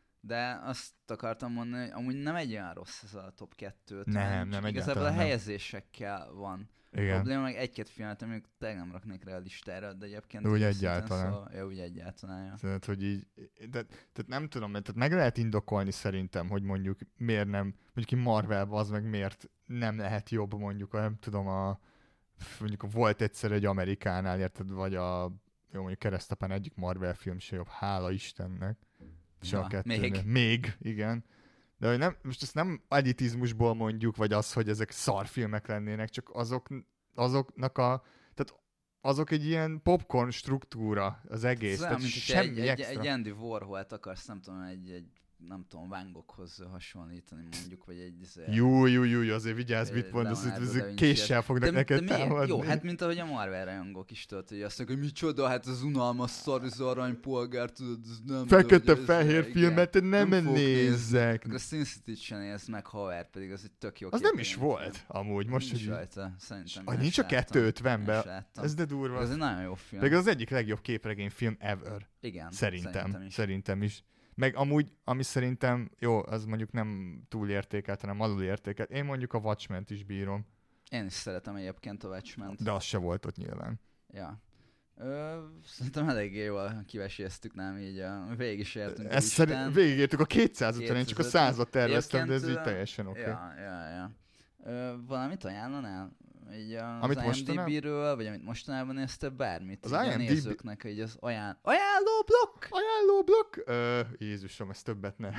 De azt akartam mondani, hogy amúgy nem egy olyan rossz ez a top kettő. Nem, nem, Igazából egyáltalán a nem. helyezésekkel van. Igen. probléma, meg egy-két filmet, amik tényleg nem raknék rá a listára, de egyébként... Úgy így egyáltalán. Szóval, ja, úgy egyáltalán, ja. Tehát, hogy így, de, tehát nem tudom, tehát meg lehet indokolni szerintem, hogy mondjuk miért nem, mondjuk ki Marvelban az meg miért nem lehet jobb mondjuk, a, nem tudom, a, mondjuk volt egyszer egy Amerikánál, érted, vagy a, jó mondjuk Keresztapán egyik Marvel film se jobb, hála Istennek. Se Ja, a kettő, még. Még, igen. De hogy nem, most ezt nem agyitizmusból mondjuk, vagy az, hogy ezek szarfilmek lennének, csak azok, azoknak a, tehát azok egy ilyen popcorn struktúra az egész. Ez olyan, Tehát mint semmi egy, egy, extra. egy Andy Warholt akarsz, nem tudom, egy, egy nem tudom, Van Goghhoz hasonlítani mondjuk, vagy egy... Jó, jó, jó, azért vigyázz, mit mondasz, Leonardo da ezek Vinci-et. késsel fognak de, neked de miért? támadni. Jó, hát mint ahogy a Marvel rajongók is tudod, hogy azt mondják, hogy micsoda, hát az unalmas szar, az aranypolgár, tudod, ez nem... Fekete-fehér filmet nem, nem nem fogok nézzek. Akkor Sin City-t sem nézd meg, Haver, pedig az egy tök jó Az nem képregény is volt, film. amúgy. Most, Nincs hogy rajta, szerintem. Ah, én nincs sem a láttam. kettőszázötvenben. Én sem láttam. Ez de durva. Ez egy nagyon jó film. Pedig az egyik legjobb képregényfilm ever. Igen, Szerintem. szerintem is. Szerintem is. Meg amúgy, ami szerintem, jó, az mondjuk nem túl értékelt, hanem alul értékelt. Én mondjuk a Watchmen-t is bírom. Én is szeretem egyébként a Watchmen-t. De az se volt ott nyilván. Ja. Ö, szerintem eléggé jól kiveséztük, nem így a végig is értünk. Ezt szerint végigértük a kétszázötven, én csak a százat terveztem, de ez így Egyébként, teljesen oké. Okay. Ja, ja, ja. Ö, valamit ajánlanál? Így az Amit IMDb-ről, vagy amit mostanában néztél, bármit. Az így a IMDb nézőknek, így az ajánl... ajánló blokk! Ajánló blokk? Ö, Jézusom, ez többet ne.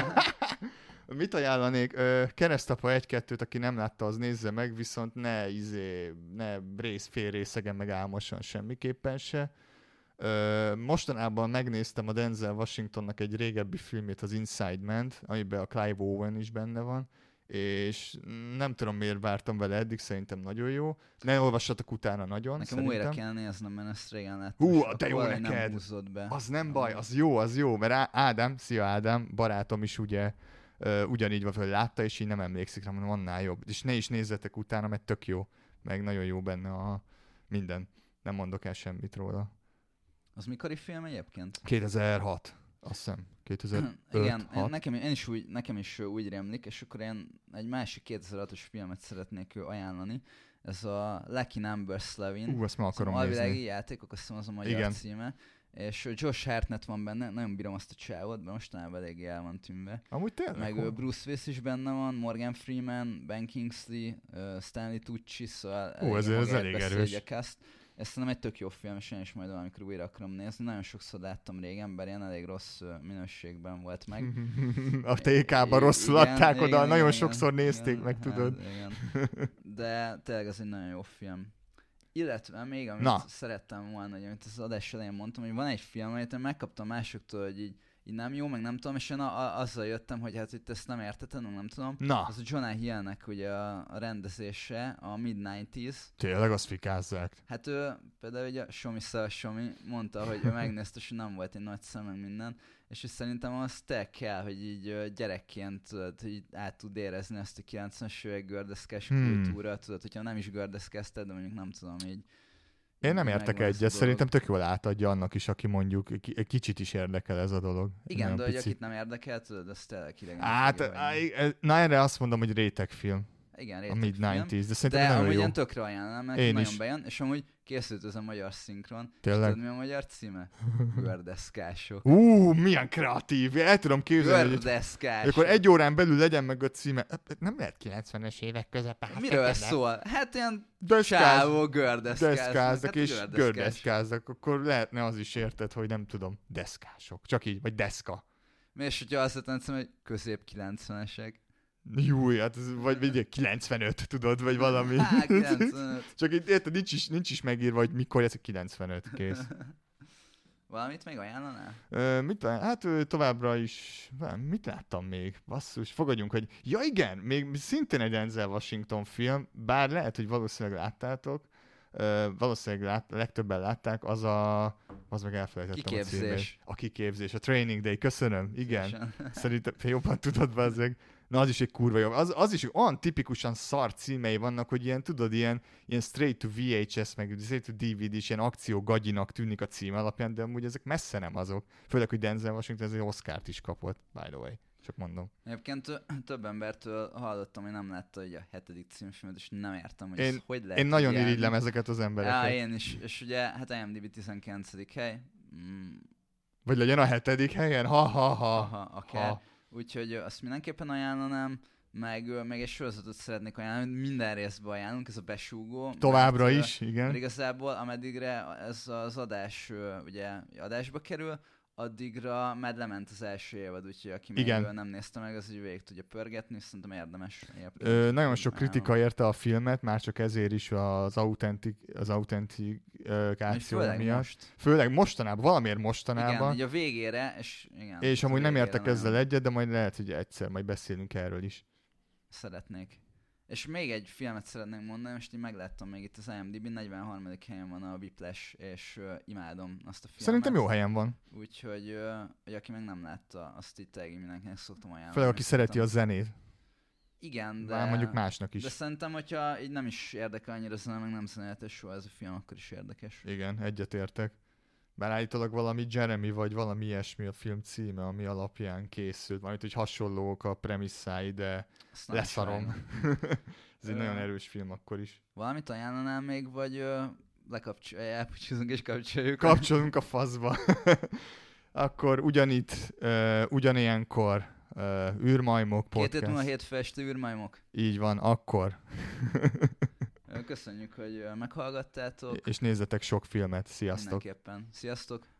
Mit ajánlanék? Ö, Keresztapa egy-kettőt, aki nem látta, az nézze meg, viszont ne izé, ne rész, fél részegen, meg álmosan semmiképpen se. Ö, mostanában megnéztem a Denzel Washingtonnak egy régebbi filmét, az Inside Man-t, amiben a Clive Owen is benne van, és nem tudom, miért vártam vele eddig, szerintem nagyon jó. Ne olvassatok utána nagyon, Nekem szerintem. újra kell néznem, mert ezt régen láttam. Hú, és de jó valahogy neked! Nem húzott be. Az nem baj, az jó, az jó, mert Á- Ádám, szia Ádám, barátom is ugye uh, ugyanígy van, hogy látta, és így nem emlékszik rá, mondom, annál jobb. És ne is nézzetek utána, mert tök jó, meg nagyon jó benne a minden. Nem mondok el semmit róla. Az mikori film egyébként? kétezer-hat, azt hiszem. kétezer-öt, Igen, hat. nekem, én is úgy, nekem is úgy rémlik, és akkor én egy másik kétezer-hatos filmet szeretnék ajánlani. Ez a Lucky Number Slevin. Ú, azt meg akarom szóval nézni. alvilági játékok, azt hiszem az a magyar Igen. címe. És Josh Hartnett van benne, nagyon bírom azt a csávot, de mostanában eléggé el van tűnve. Amúgy tényleg? Meg hol? ö, Bruce Willis is benne van, Morgan Freeman, Ben Kingsley, uh, Stanley Tucci, szóval Ó, ezért ez magáért elég beszél erős. így a cast. Ez szerintem egy tök jó film, és én is majd valamikor újra akarom nézni. Nagyon sokszor láttam régen, bár ilyen elég rossz ö, minőségben volt meg. A té ká-ban rosszul Igen, adták igen, oda, igen, nagyon igen, sokszor nézték igen, meg, tudod. hát, igen. De tényleg ez egy nagyon jó film. Illetve még, amit Na. szerettem volna, hogy amit az adás elején mondtam, hogy van egy film, amit én megkaptam másoktól, hogy így, így nem jó, meg nem tudom, és én a, a, azzal jöttem, hogy hát itt ezt nem érteted, meg nem tudom. Na, Az a Jonah Hillnek ugye a, a rendezése, a mid-nineties. tényleg azt fikázzák. Hát ő például ugye Somi Szal Somi mondta, hogy ő megnézte, és nem volt egy nagy szem, meg minden, és hogy szerintem az te kell, hogy így ö, gyerekként tudod, hogy így át tud érezni ezt a kilencvenes évek gördeszkás Hmm. kultúra, tudod, hogyha nem is gördeszkezted, de mondjuk nem tudom, így. Én nem így értek megvan ez a egyet, dolog. szerintem tök jól átadja annak is, aki mondjuk ki- egy kicsit is érdekel ez a dolog. Igen, Nagyon de hogy picit. akit nem érdekel, tudod, az tényleg idegen. Hát, á, na erre azt mondom, hogy rétegfilm. Igen, A réteg film. mid-nineties, de De szerintem nagyon amúgy jó. ilyen tökre ajánlom, mert Én nagyon is. bejön, és amúgy készült ez a magyar szinkron. Tényleg? Tudod mi a magyar címe? Gördeszkások. Ú, milyen kreatív! El tudom képzelni, hogy Gördeszkások. akkor egy órán belül legyen meg a címe. Nem lehet kilencvenes évek közepén. hát Miről nem. szól? Hát ilyen Deszkáz, csávó gördeszkáznak. deszkáznak hát és gördeszkás. gördeszkáznak. Akkor lehetne az is érted, hogy nem tudom, deszkások. Csak így, vagy deszka. És hogyha azt tettem, hogy közép kilencvenesek. Júj, hát ez, vagy, vagy kilencvenöt, tudod, vagy valami. Há, kilencvenöt. Csak itt érted, nincs is, nincs is megírva, hogy mikor ez a kilencvenöt, kész. Valamit még ajánlanál? Ö, mit lát? Hát ö, továbbra is, nem, mit láttam még? Basszus, fogadjunk, hogy ja igen, még szintén egy Denzel Washington film, bár lehet, hogy valószínűleg láttátok, ö, valószínűleg lát, legtöbben látták, az a, az meg elfelejtettem Kiképzés. a címét. A kiképzés, a Training Day, köszönöm, igen. Szívesen. Szerintem te jobban tudod, bazzeg. Na az is egy kurva jó. Az, az is olyan tipikusan szar címei vannak, hogy ilyen, tudod, ilyen, ilyen straight to vé há es, meg straight to dé vé dé, és ilyen akció gagyinak tűnik a cím alapján, de amúgy ezek messze nem azok. Főleg, hogy Denzel Washington ez egy Oscart is kapott, by the way. Csak mondom. Egyébként tö- több embertől hallottam, hogy nem látta hogy a hetedik címfilmet, és nem értem, hogy Én, ez hogy lehet. én nagyon ilyen... irigylem ezeket az embereket. Ja, én is. És ugye, hát IMDb tizenkilencedik hely. Mm. Vagy legyen a hetedik helyen? Ha-ha-ha. Aha, akár. Ha. Úgyhogy azt mindenképpen ajánlanám. Meg, meg egy sorozatot szeretnék ajánlani, minden részben ajánlunk, ez a Besúgó. Továbbra mert, is, igen. Mert igazából, ameddigre ez az adás ugye, adásba kerül, addigra már lement az első évad, úgyhogy aki még igen. nem nézte meg, az így végig tudja pörgetni, szerintem érdemes. Ö, nagyon sok kritika érte a filmet, már csak ezért is az autentik, az autentikáció miatt. Most. Főleg mostanában, valamiért mostanában. Igen, így a végére, és igen. És amúgy nem értek nagyon... ezzel egyet, de majd lehet, hogy egyszer majd beszélünk erről is. Szeretnék. És még egy filmet szeretnék mondani, most így megláttam még itt az IMDb, negyvenharmadik helyen van a Whiplash, és uh, imádom azt a filmet. Szerintem jó helyen van. Úgyhogy, uh, hogy aki meg nem látta, azt itt tényleg mindenkinek szoktam ajánlani. Főleg aki szereti a zenét. Igen, de... Már mondjuk másnak is. De szerintem, hogyha így nem is érdekel annyira zene, meg nem zenéletes soha ez a film, akkor is érdekes. Igen, egyetértek. Bár állítólag valami Jeremy, vagy valami ilyesmi a film címe, ami alapján készült. Majd, hogy hasonlók a premisszái, de leszarom. Ez egy nagyon erős film akkor is. Valamit ajánlanám még, vagy uh, lekapcsol, elpucsúzunk és kapcsoljuk? Kapcsolunk a faszba. Akkor ugyanitt, uh, ugyanilyenkor uh, űrmajmok podcast. Két hét múlva hétfő este űrmajmok. Így van, akkor. Köszönjük, hogy meghallgattátok. És nézzetek sok filmet. Sziasztok! Mindenképpen. Sziasztok!